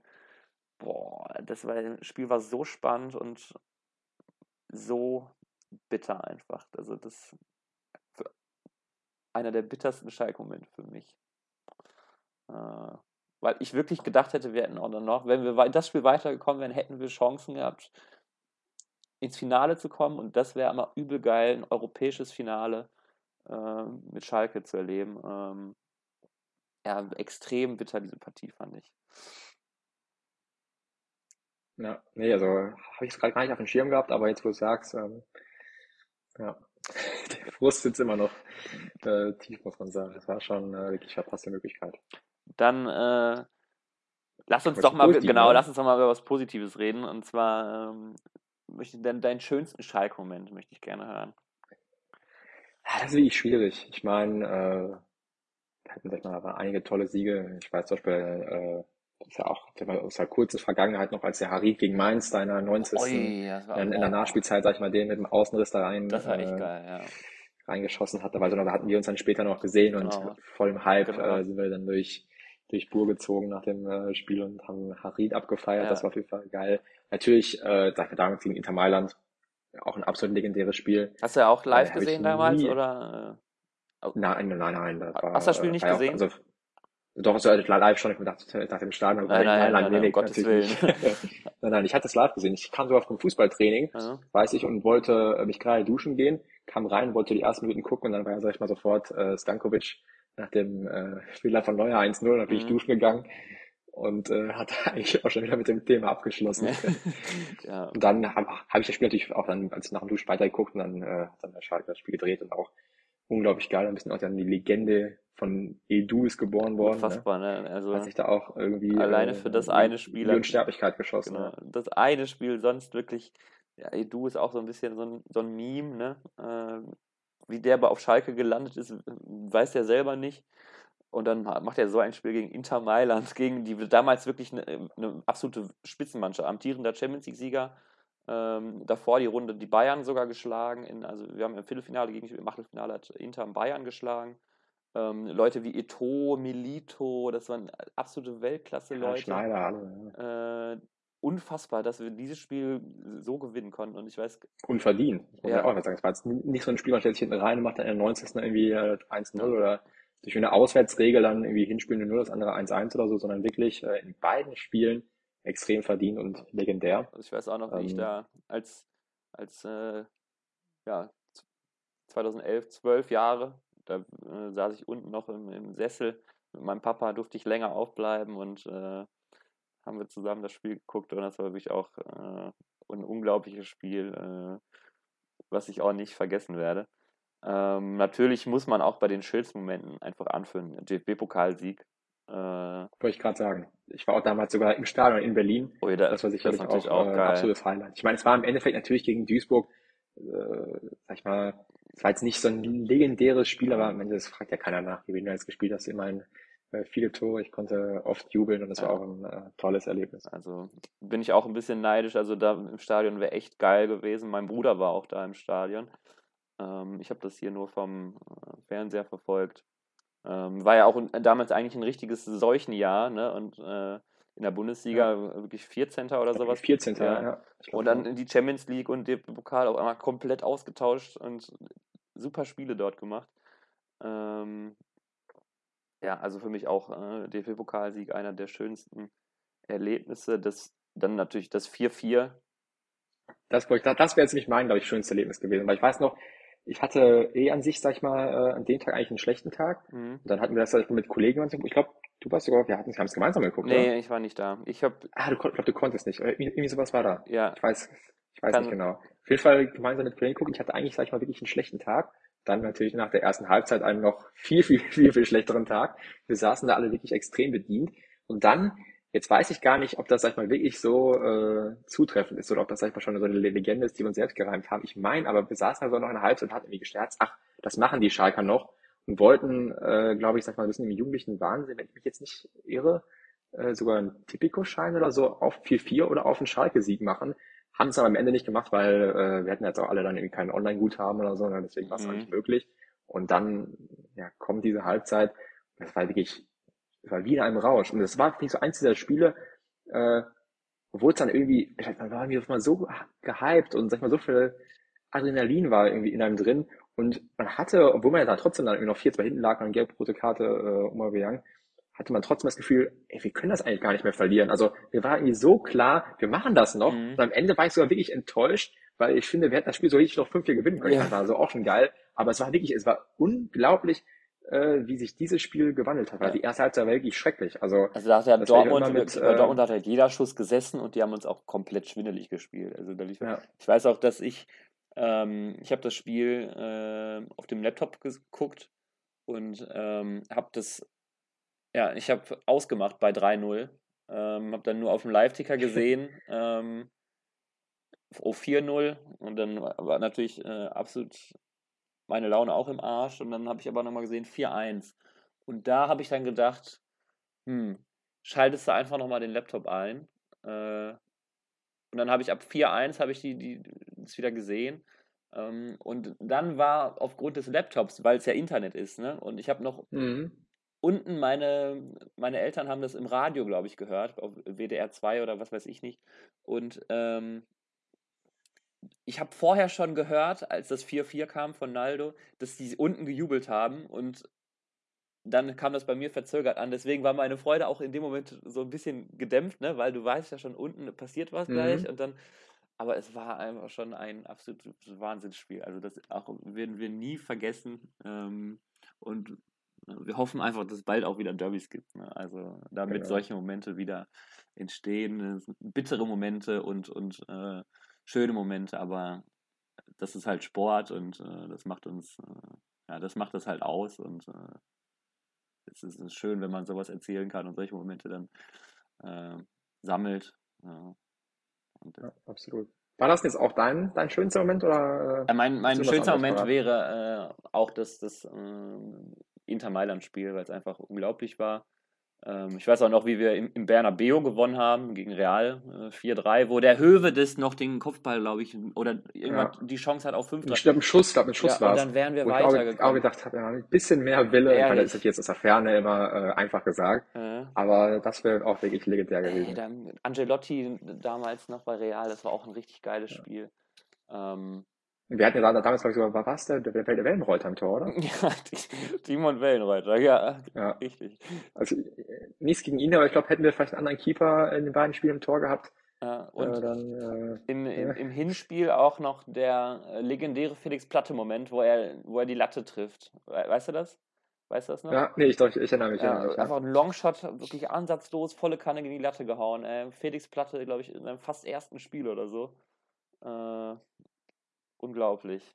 Boah, das war, das Spiel war so spannend und so bitter einfach. Also das einer der bittersten Schalke-Momente für mich. Äh, weil ich wirklich gedacht hätte, wir hätten auch noch, wenn wir das Spiel weitergekommen wären, hätten wir Chancen gehabt, ins Finale zu kommen. Und das wäre immer übel geil, ein europäisches Finale äh, mit Schalke zu erleben. Ähm, ja, extrem bitter, diese Partie, fand ich. ja, nee, also habe ich es gerade gar nicht auf dem Schirm gehabt, aber jetzt, wo du es sagst, ähm, ja, der Frust sitzt immer noch äh, tief, muss man sagen. Das war schon äh, wirklich verpasste Möglichkeit. Dann äh, lass uns Aber doch zum mal, Positiven, genau, lass oder? uns doch mal über was Positives reden. Und zwar ähm, möchte ich deinen, deinen schönsten Schalke-Moment möchte ich gerne hören. Ja, das ist wirklich schwierig. Ich meine, äh, wir hatten, sag ich mal, einige tolle Siege. Ich weiß zum Beispiel, äh, das ist ja auch sag mal, aus der kurzen Vergangenheit noch, als der Harit gegen Mainz da in der neunzigsten Ui, das war, in, in der boah, Nachspielzeit, sag ich mal, den mit dem Außenriss da rein, das war echt äh, geil, ja. reingeschossen hatte. Weil so, da hatten wir uns dann später noch gesehen und Genau, voll im Hype genau. äh, sind wir dann durch, durch Bur gezogen nach dem äh, Spiel und haben Harit abgefeiert. Das Ja. war auf jeden Fall geil. Natürlich, äh, sag ich mal, damals gegen Inter Mailand, auch ein absolut legendäres Spiel. Hast du ja auch Äh, live habe ich gesehen damals nie, oder äh, nein, nein, nein, das hast du das war, Spiel äh, nicht war ja auch, gesehen? also doch, so live schon, ich dachte, nach dem Stadion, aber Nein, nein, nein, nein, nein, nein, nee, nein, um nee, Gottes natürlich Willen. nicht. Nein, nein, ich hatte es live gesehen. Ich kam sogar vom Fußballtraining, Ja, weiß ich, und wollte äh, mich gerade duschen gehen, kam rein, wollte die ersten Minuten gucken und dann war ja, sag ich mal, sofort äh, Stankovic nach dem äh, Fehler von Neuer eins null, dann bin ich mhm. duschen gegangen und äh, hat eigentlich auch schon wieder mit dem Thema abgeschlossen. Ja, Und dann habe hab ich das Spiel natürlich auch dann, als nach dem Duschen weitergeguckt und dann äh, hat dann der Schalke das Spiel gedreht und auch unglaublich geil. Ein bisschen auch dann die Legende von Edu ist geboren worden, ne? unfassbar, ne? Hat Also sich da auch irgendwie alleine äh, für das die, eine Spiel die hat, Unsterblichkeit geschossen, genau, ja. das eine Spiel sonst wirklich, ja, du ist auch so ein bisschen so ein, so ein Meme, ne? Äh, wie der aber auf Schalke gelandet ist, weiß er selber nicht. Und dann macht er so ein Spiel gegen Inter Mailand, gegen die damals wirklich eine, eine absolute Spitzenmannschaft, amtierender Champions League-Sieger. Ähm, davor die Runde die Bayern sogar geschlagen. In, also wir haben im Viertelfinale gegen im Achtelfinale hat Inter Bayern geschlagen. Ähm, Leute wie Eto'o, Milito, das waren absolute Ja, Weltklasse-Leute. Schneider, alle. Ja. Äh, unfassbar, dass wir dieses Spiel so gewinnen konnten. Und ich weiß, Unverdient, muss man ja ja, auch mal sagen. Es war jetzt nicht so ein Spiel, man stellt sich hinten rein und macht dann in der neunzigsten irgendwie äh, eins null ja, oder durch eine Auswärtsregel dann irgendwie Hinspiel null null, das andere eins eins oder so, sondern wirklich äh, in beiden Spielen extrem verdient und ja. legendär. Also ich weiß auch noch, wie ich Ähm, da als, als äh, ja, zweitausendelf, zwölf Jahre, da äh, saß ich unten noch im, im Sessel. Mit meinem Papa durfte ich länger aufbleiben und äh, haben wir zusammen das Spiel geguckt und das war wirklich auch äh, ein unglaubliches Spiel, äh, was ich auch nicht vergessen werde. Ähm, natürlich muss man auch bei den schönsten Momenten einfach anführen. D F B-Pokalsieg. Äh, wollte ich gerade sagen. Ich war auch damals sogar im Stadion in Berlin. oh, ja, Das war das ist sicherlich natürlich auch auch äh, ein geil. absolutes Highlight. Ich meine, es war im Endeffekt natürlich gegen Duisburg, äh, sag ich mal, es war jetzt nicht so ein legendäres Spiel, aber Ja, am Ende, das fragt ja keiner nach, wie du jetzt gespielt hast. Immerhin äh, viele Tore, ich konnte oft jubeln und es war ja. auch ein äh, tolles Erlebnis. Also bin ich auch ein bisschen neidisch. Also da im Stadion wäre echt geil gewesen. Mein Bruder war auch da im Stadion. Ähm, ich habe das hier nur vom äh, Fernseher verfolgt. Ähm, war ja auch ein, damals eigentlich ein richtiges Seuchenjahr, ne? Und äh, in der Ja, Bundesliga wirklich vierzehnter oder irgendwie sowas. vierzehnter. Ja. Ja, ich Und glaube dann auch. in die Champions League und der Pokal auf einmal komplett ausgetauscht und super Spiele dort gemacht. Ähm, ja, also für mich auch äh, D F B-Pokalsieg einer der schönsten Erlebnisse. Das, dann natürlich das vier vier. Das, wollte ich- das wäre jetzt nicht mein, glaube ich, schönstes Erlebnis gewesen. Weil ich weiß noch, ich hatte eh an sich, sag ich mal, äh, an dem Tag eigentlich einen schlechten Tag. Mhm. Und dann hatten wir das halt mit Kollegen und so. Ich glaube, du warst sogar, wir hatten, wir haben es gemeinsam geguckt, oder? Nee, ich war nicht da. Ich habe, Ah, du, kon- ich glaube, du konntest nicht. Oder irgendwie, irgendwie sowas war da. ja, Ich weiß, ich weiß nicht kann, genau. Auf jeden Fall gemeinsam mit Kollegen gucken. Ich hatte eigentlich, sag ich mal, wirklich einen schlechten Tag. Dann natürlich nach der ersten Halbzeit einen noch viel, viel, viel, viel schlechteren Tag. Wir saßen da alle wirklich extrem bedient. Und dann, jetzt weiß ich gar nicht, ob das, sag ich mal, wirklich so äh, zutreffend ist oder ob das, sag ich mal, schon so eine Legende ist, die wir uns selbst gereimt haben. Ich meine, aber wir saßen also noch in der Halbzeit und hatten irgendwie gescherzt, ach, das machen die Schalker noch und wollten, äh, glaube ich, sag ich mal, ein bisschen im jugendlichen Wahnsinn, wenn ich mich jetzt nicht irre, äh, sogar einen Tipico-Schein oder so auf vier vier oder auf einen Schalke-Sieg machen. Haben es aber am Ende nicht gemacht, weil äh, wir hatten jetzt auch alle dann irgendwie kein Online-Guthaben oder so, ne? Deswegen war es auch mhm. nicht möglich. Und dann ja, kommt diese Halbzeit. Das war wirklich, das war wie in einem Rausch. Und das war wirklich so eins dieser Spiele, äh, obwohl es dann irgendwie, man war irgendwie mal so gehypt und sag ich mal, so viel Adrenalin war irgendwie in einem drin. Und man hatte, obwohl man ja da trotzdem dann irgendwie noch vier zwei hinten lag und eine gelb-rote Karte äh, um Aubameyang, hatte man trotzdem das Gefühl, ey, wir können das eigentlich gar nicht mehr verlieren. Also mir war irgendwie so klar, wir machen das noch. Mhm. Und am Ende war ich sogar wirklich enttäuscht, weil ich finde, wir hätten das Spiel so richtig noch fünf vier gewinnen können. Ich Ja, meine, war also auch schon geil. Aber es war wirklich, es war unglaublich, äh, wie sich dieses Spiel gewandelt hat. Weil ja. die erste Halbzeit war wirklich schrecklich. Also Also da hat ja das war immer Dortmund mit, wirklich, bei äh, Dortmund hat halt jeder Schuss gesessen und die haben uns auch komplett schwindelig gespielt. Also da lief, ja, ich weiß auch, dass ich, ähm, ich habe das Spiel ähm, auf dem Laptop geguckt und ähm, habe das, ja, ich habe ausgemacht bei drei null. Ähm, habe dann nur auf dem Live-Ticker gesehen, ähm, auf vier null und dann war war natürlich äh, absolut meine Laune auch im Arsch und dann habe ich aber nochmal gesehen vier eins. Und da habe ich dann gedacht, hm, schaltest du einfach nochmal den Laptop ein. Äh, und dann habe ich ab vier eins habe ich die, die, das wieder gesehen. Ähm, und dann war aufgrund des Laptops, weil es ja Internet ist, ne? Und ich habe noch mhm. unten meine, meine Eltern haben das im Radio, glaube ich, gehört, auf W D R zwei oder was weiß ich nicht. Und ähm, ich habe vorher schon gehört, als das vier vier kam von Naldo, dass die unten gejubelt haben und dann kam das bei mir verzögert an. Deswegen war meine Freude auch in dem Moment so ein bisschen gedämpft, ne, weil du weißt ja schon, unten passiert was gleich Mhm. und dann aber es war einfach schon ein absolutes Wahnsinnsspiel. Also, das auch werden wir nie vergessen, ähm, und äh, wir hoffen einfach, dass es bald auch wieder Derbys gibt, ne? Also, damit Genau. solche Momente wieder entstehen, ne, bittere Momente und und, äh, schöne Momente, aber das ist halt Sport und, äh, das macht uns äh, ja, das macht das halt aus und, äh es ist es ist schön, wenn man sowas erzählen kann und solche Momente dann äh, sammelt. Ja. Und, Ja, absolut. War das jetzt auch dein, dein schönster Moment oder äh, äh, mein, hast du mein was schönster anderes Moment parat? wäre äh, auch das, das äh, Inter Mailand-Spiel, weil es einfach unglaublich war. Ähm, ich weiß auch noch, wie wir im, im Bernabeu gewonnen haben gegen Real äh, vier drei, wo der Höwedes noch den Kopfball, glaube ich, oder irgendwann Ja. die Chance hat auf fünf drei. Ich glaube, ein Schuss, ich glaube, ein Ja, Schuss und war es, dann wären wir wo ich auch, auch weitergekommen. gedacht habe, ja, ein bisschen mehr Wille. Ich meine, das ist Ehrlich. jetzt aus der Ferne immer äh, einfach gesagt, Äh, aber das wäre auch wirklich legendär ey, gewesen. dann Ancelotti damals noch bei Real, das war auch ein richtig geiles Spiel. Ähm, Wir hatten ja da- damals, glaube ich, sogar, war was der, der, der Wellenreuter im Tor, oder? ja, die- Timon Wellenreuther, ja, Ja. richtig. Also äh, nichts gegen ihn, aber ich glaube, hätten wir vielleicht einen anderen Keeper in den beiden Spielen im Tor gehabt, Äh, äh, und dann im, äh, im, äh, im Hinspiel auch noch der äh, legendäre Felix Platte-Moment, wo er, wo er die Latte trifft. We weißt du das? Weißt du das noch? ja, nee, ich, doch, ich, ich erinnere mich, ich Ja, erinnere mich, ja. einfach ein Longshot, wirklich ansatzlos, volle Kanne gegen die Latte gehauen. Äh, Felix Platte, glaube ich, in seinem fast ersten Spiel oder so. Äh, unglaublich.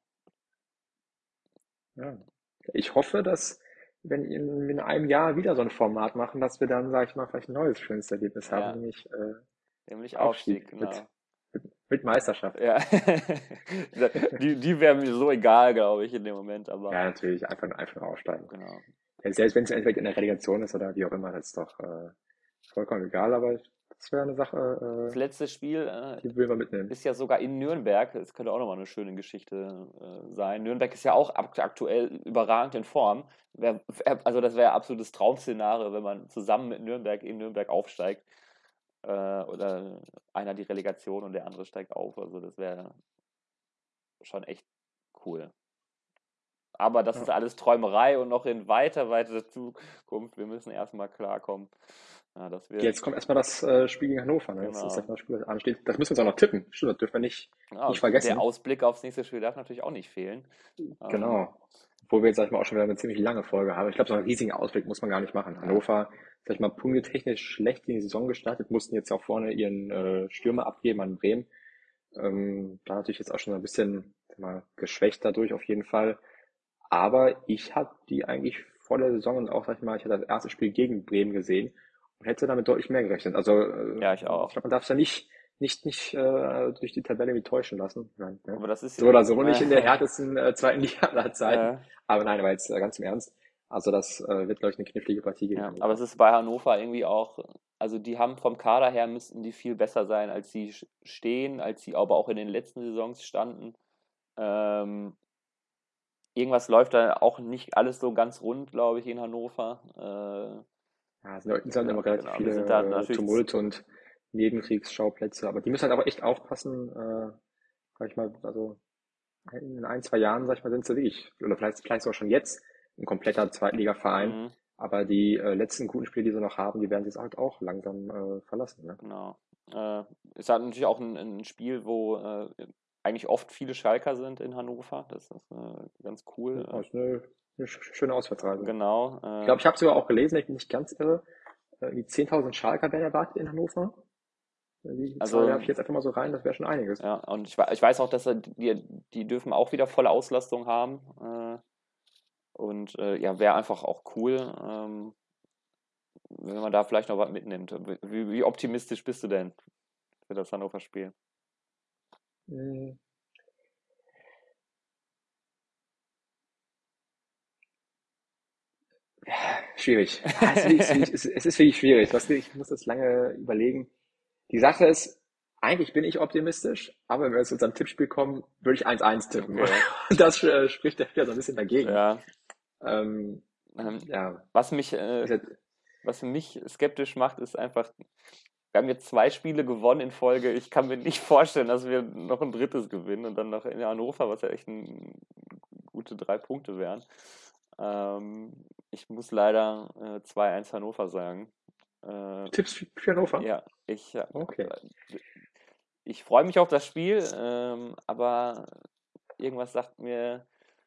Ja. Ich hoffe, dass, wenn wir in, in einem Jahr wieder so ein Format machen, dass wir dann, sage ich mal, vielleicht ein neues schönes Erlebnis haben, Ja, nämlich äh, nämlich Aufstieg, Aufstieg genau. mit, mit, mit Meisterschaft. Ja, die, die wäre mir so egal, glaube ich, in dem Moment, aber Ja, natürlich, einfach, einfach aufsteigen. genau. Ja, selbst wenn es im Endeffekt in der Relegation ist oder wie auch immer, das ist doch äh, vollkommen egal, aber das wäre eine Das Sache, äh, letzte Spiel äh, die will man mitnehmen. ist ja sogar in Nürnberg. Das könnte auch nochmal eine schöne Geschichte äh, sein. Nürnberg ist ja auch akt aktuell überragend in Form. Wär, also das wäre absolutes Traum-Szenario, wenn man zusammen mit Nürnberg in Nürnberg aufsteigt. Äh, oder einer die Relegation und der andere steigt auf. Also das wäre schon echt cool. Aber das Ja. ist alles Träumerei und noch in weiter, weiter Zukunft. Wir müssen erstmal klarkommen. Ja, dass wir, Jetzt kommt erstmal das äh, Spiel gegen Hannover, ne? Das ist genau. das Spiel, das ansteht. Das müssen wir uns auch noch tippen. Stimmt, das dürfen wir nicht, Ja, nicht der vergessen. Ausblick aufs nächste Spiel darf natürlich auch nicht fehlen. Ähm, Genau. Obwohl wir jetzt, sag ich mal, auch schon wieder eine ziemlich lange Folge haben. Ich glaube, so einen riesigen Ausblick muss man gar nicht machen. ja, Hannover, sag ich mal, punktetechnisch schlecht in die Saison gestartet, mussten jetzt ja auch vorne ihren äh, Stürmer abgeben an Bremen. Ähm, da natürlich jetzt auch schon ein bisschen, sag mal, geschwächt dadurch auf jeden Fall. Aber ich habe die eigentlich vor der Saison und auch, sag ich mal, ich hatte das erste Spiel gegen Bremen gesehen und hätte damit deutlich mehr gerechnet. Also äh, ja, ich ich auch. glaube, man darf es ja nicht, nicht, nicht äh, durch die Tabelle wie täuschen lassen. Nein, ne? Aber das ist So oder so nicht in der äh, härtesten äh, zweiten Liga aller Zeiten. äh, Aber nein, aber jetzt äh, ganz im Ernst. Also das äh, wird, glaube ich, eine knifflige Partie gegen ja, aber es Hannover. ist bei Hannover irgendwie auch, also die haben vom Kader her müssten die viel besser sein, als sie sch- stehen, als sie aber auch in den letzten Saisons standen. Ähm, irgendwas läuft da auch nicht alles so ganz rund, glaube ich, in Hannover. Ja, es sind, es Äh, sind genau, immer relativ genau. Wir sind da viele äh, natürlich, z- Tumulte und Nebenkriegsschauplätze. Aber die müssen halt aber echt aufpassen, äh, sag ich mal, also in ein, zwei Jahren, sag ich mal, sind sie wirklich, oder vielleicht, vielleicht sogar schon jetzt ein kompletter Zweitligaverein. mhm, Aber die äh, letzten guten Spiele, die sie noch haben, die werden sie jetzt halt auch langsam äh, verlassen. Ne? genau. Äh, ist halt natürlich auch ein, ein Spiel, wo äh, eigentlich oft viele Schalker sind in Hannover. Das ist äh, ganz cool. Ja, ist eine, eine sch- schöne Äh, Auswärtsreise. genau. Ich Äh, glaube, ich habe sogar auch gelesen, wenn ich bin nicht ganz irre, äh, die zehntausend Schalker werden erwartet in Hannover. Die Zahl werfe also ich jetzt einfach mal so rein, das wäre schon einiges. ja, und ich, wei- ich weiß auch, dass er- die, die dürfen auch wieder volle Auslastung haben. Äh, und äh, ja, wäre einfach auch cool, ähm, wenn man da vielleicht noch was mitnimmt. Wie, wie optimistisch bist du denn für das Hannover-Spiel? Hm, schwierig. Ja, es, ist wirklich, schwierig. es, es ist wirklich schwierig. Was, ich muss das lange überlegen. Die Sache ist, eigentlich bin ich optimistisch, aber wenn wir jetzt zu unserem Tippspiel kommen, würde ich eins eins tippen. Okay. Und das äh, spricht ja wieder so ein bisschen dagegen. Ja. Ähm, Ähm, ja, was mich, äh, ist halt, was mich skeptisch macht, ist einfach, wir haben jetzt zwei Spiele gewonnen in Folge. Ich kann mir nicht vorstellen, dass wir noch ein drittes gewinnen und dann noch in Hannover, was ja echt ein, gute drei Punkte wären. Ähm, ich muss leider äh, zwei eins Hannover sagen. Äh, Tipps für für Hannover? ja, ich, äh, Okay. ich freue mich auf das Spiel, ähm, aber irgendwas sagt mir,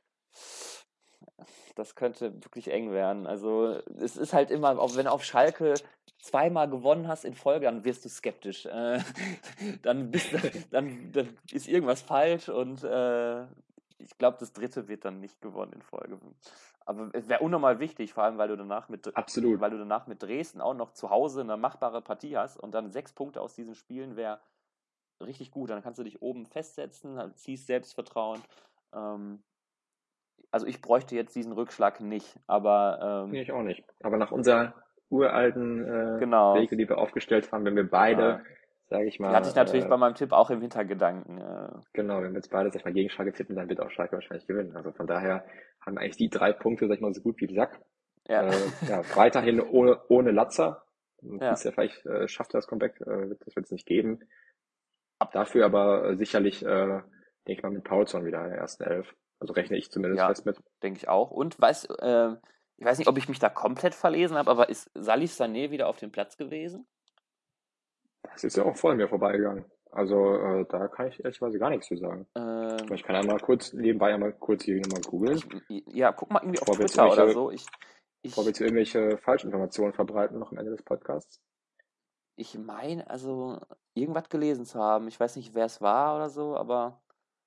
das könnte wirklich eng werden. Also es ist halt immer, auch wenn du auf Schalke zweimal gewonnen hast in Folge, dann wirst du skeptisch. Äh, dann, bist, du- dann, dann ist irgendwas falsch und äh, ich glaube, das dritte wird dann nicht gewonnen in Folge. Aber es wäre unnormal wichtig, vor allem weil du danach mit, Absolut. weil du danach mit Dresden auch noch zu Hause eine machbare Partie hast und dann sechs Punkte aus diesen Spielen wäre richtig gut. Dann kannst du dich oben festsetzen, dann ziehst Selbstvertrauen. Ähm, also ich bräuchte jetzt diesen Rückschlag nicht, aber Nee, ähm, ich auch nicht. Aber nach unserer uralten äh, Genau. Wege, die wir aufgestellt haben, wenn wir beide, Ja. sage ich Die hatte ich mal, natürlich äh, bei meinem Tipp auch im Hintergedanken. Äh, genau, wenn wir jetzt beide, sag ich mal, gegen Schalke tippen, dann wird auch Schalke wahrscheinlich gewinnen. Also von daher haben eigentlich die drei Punkte, sag ich mal, so gut wie im Sack. ja. Äh, ja, weiterhin ohne, ohne Latzer. Ja. Dies Jahr vielleicht äh, schafft er das Comeback, äh, das wird es nicht geben. Dafür aber äh, sicherlich, äh, denke ich mal, mit Paulson wieder in der ersten Elf. Also rechne ich zumindest Ja, fest mit. denke ich auch. Und weiß, äh, ich weiß nicht, ob ich mich da komplett verlesen habe, aber ist Salih Sané wieder auf dem Platz gewesen? Das ist ja auch voll an mir vorbeigegangen. Also äh, da kann ich ehrlicherweise gar nichts zu sagen. Ähm, Aber ich kann einmal kurz, nebenbei einmal kurz hier nochmal googeln, ich, ja, guck mal irgendwie auf bevor wir jetzt Twitter oder irgendwelche, so. Ich, bevor wir ich, jetzt irgendwelche Falschinformationen verbreiten noch am Ende des Podcasts. ich meine, also irgendwas gelesen zu haben. Ich weiß nicht, wer es war oder so, aber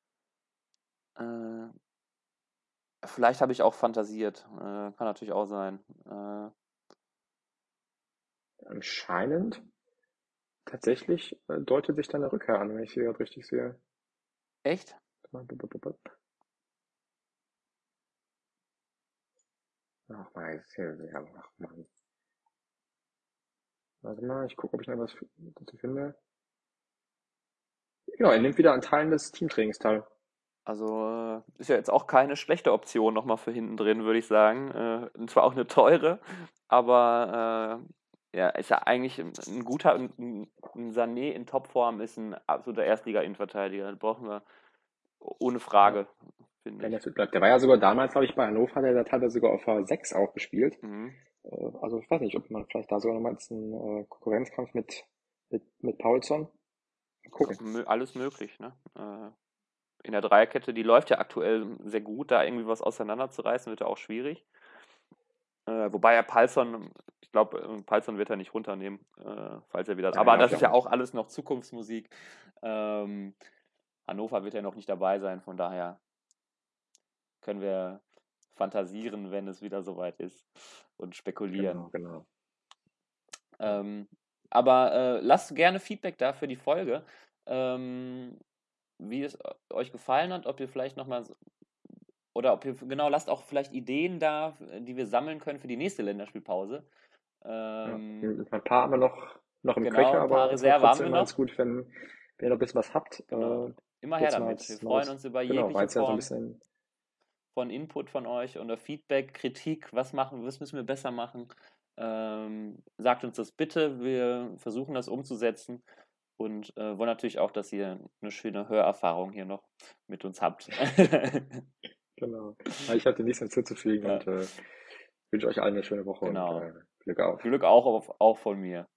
äh, vielleicht habe ich auch fantasiert. Äh, kann natürlich auch sein. Äh, Anscheinend tatsächlich äh, deutet sich da eine Rückkehr an, wenn ich sie gerade richtig sehe. echt? Ach mal, ja, ach Mann. Warte mal, ich gucke, ob ich noch was dazu finde. Genau, er nimmt wieder an Teilen des Teamtrainings teil. Also äh, ist ja jetzt auch keine schlechte Option nochmal für hinten drin, würde ich sagen. Äh, und zwar auch eine teure, aber äh, ja, ist ja eigentlich ein, ein guter, ein, ein Sané in Topform ist ein absoluter Erstliga-Innenverteidiger. Das brauchen wir ohne Ja, Frage, finde wenn ich. der fit bleibt. Der war ja sogar damals, glaube ich, bei Hannover, hat er da teilweise sogar auf der sechs auch gespielt. Mhm. Äh, Also ich weiß nicht, ob man vielleicht da sogar nochmal jetzt einen äh, Konkurrenzkampf mit, mit, mit Paulson. Mal gucken. Mö- Alles möglich, ne? Äh, in der Dreierkette, die läuft ja aktuell sehr gut, da irgendwie was auseinanderzureißen, wird ja auch schwierig. Äh, wobei er Palsson, ich glaube, äh, Palsson wird er nicht runternehmen, äh, falls er wieder. Nein, Aber glaube das ich ist auch ja auch nicht. alles noch Zukunftsmusik. Ähm, Hannover wird ja noch nicht dabei sein, von daher können wir fantasieren, wenn es wieder soweit ist und spekulieren. Genau, genau. Ähm, aber äh, lasst gerne Feedback da für die Folge, ähm, wie es euch gefallen hat, ob ihr vielleicht nochmal oder ob ihr, genau, lasst auch vielleicht Ideen da, die wir sammeln können für die nächste Länderspielpause. Ja, Ähm, ein ein paar haben wir noch, noch im genau, Köcher, ein paar aber es ist Reserve haben trotzdem wir immer ganz noch. gut, wenn, wenn ihr noch ein bisschen was habt. Genau. Äh, Immer her jetzt mal damit. Wir als freuen neues. uns über Genau, war jegliche jetzt ja so ein Form bisschen. von Input von euch oder Feedback, Kritik. Was machen, was müssen wir besser machen? Ähm, sagt uns das bitte. Wir versuchen das umzusetzen und äh, wollen natürlich auch, dass ihr eine schöne Hörerfahrung hier noch mit uns habt. Genau. Aber ich hatte nichts hinzuzufügen Ja, und äh, wünsche euch allen eine schöne Woche und genau. äh, Glück auf. Glück auch, auf, auch von mir.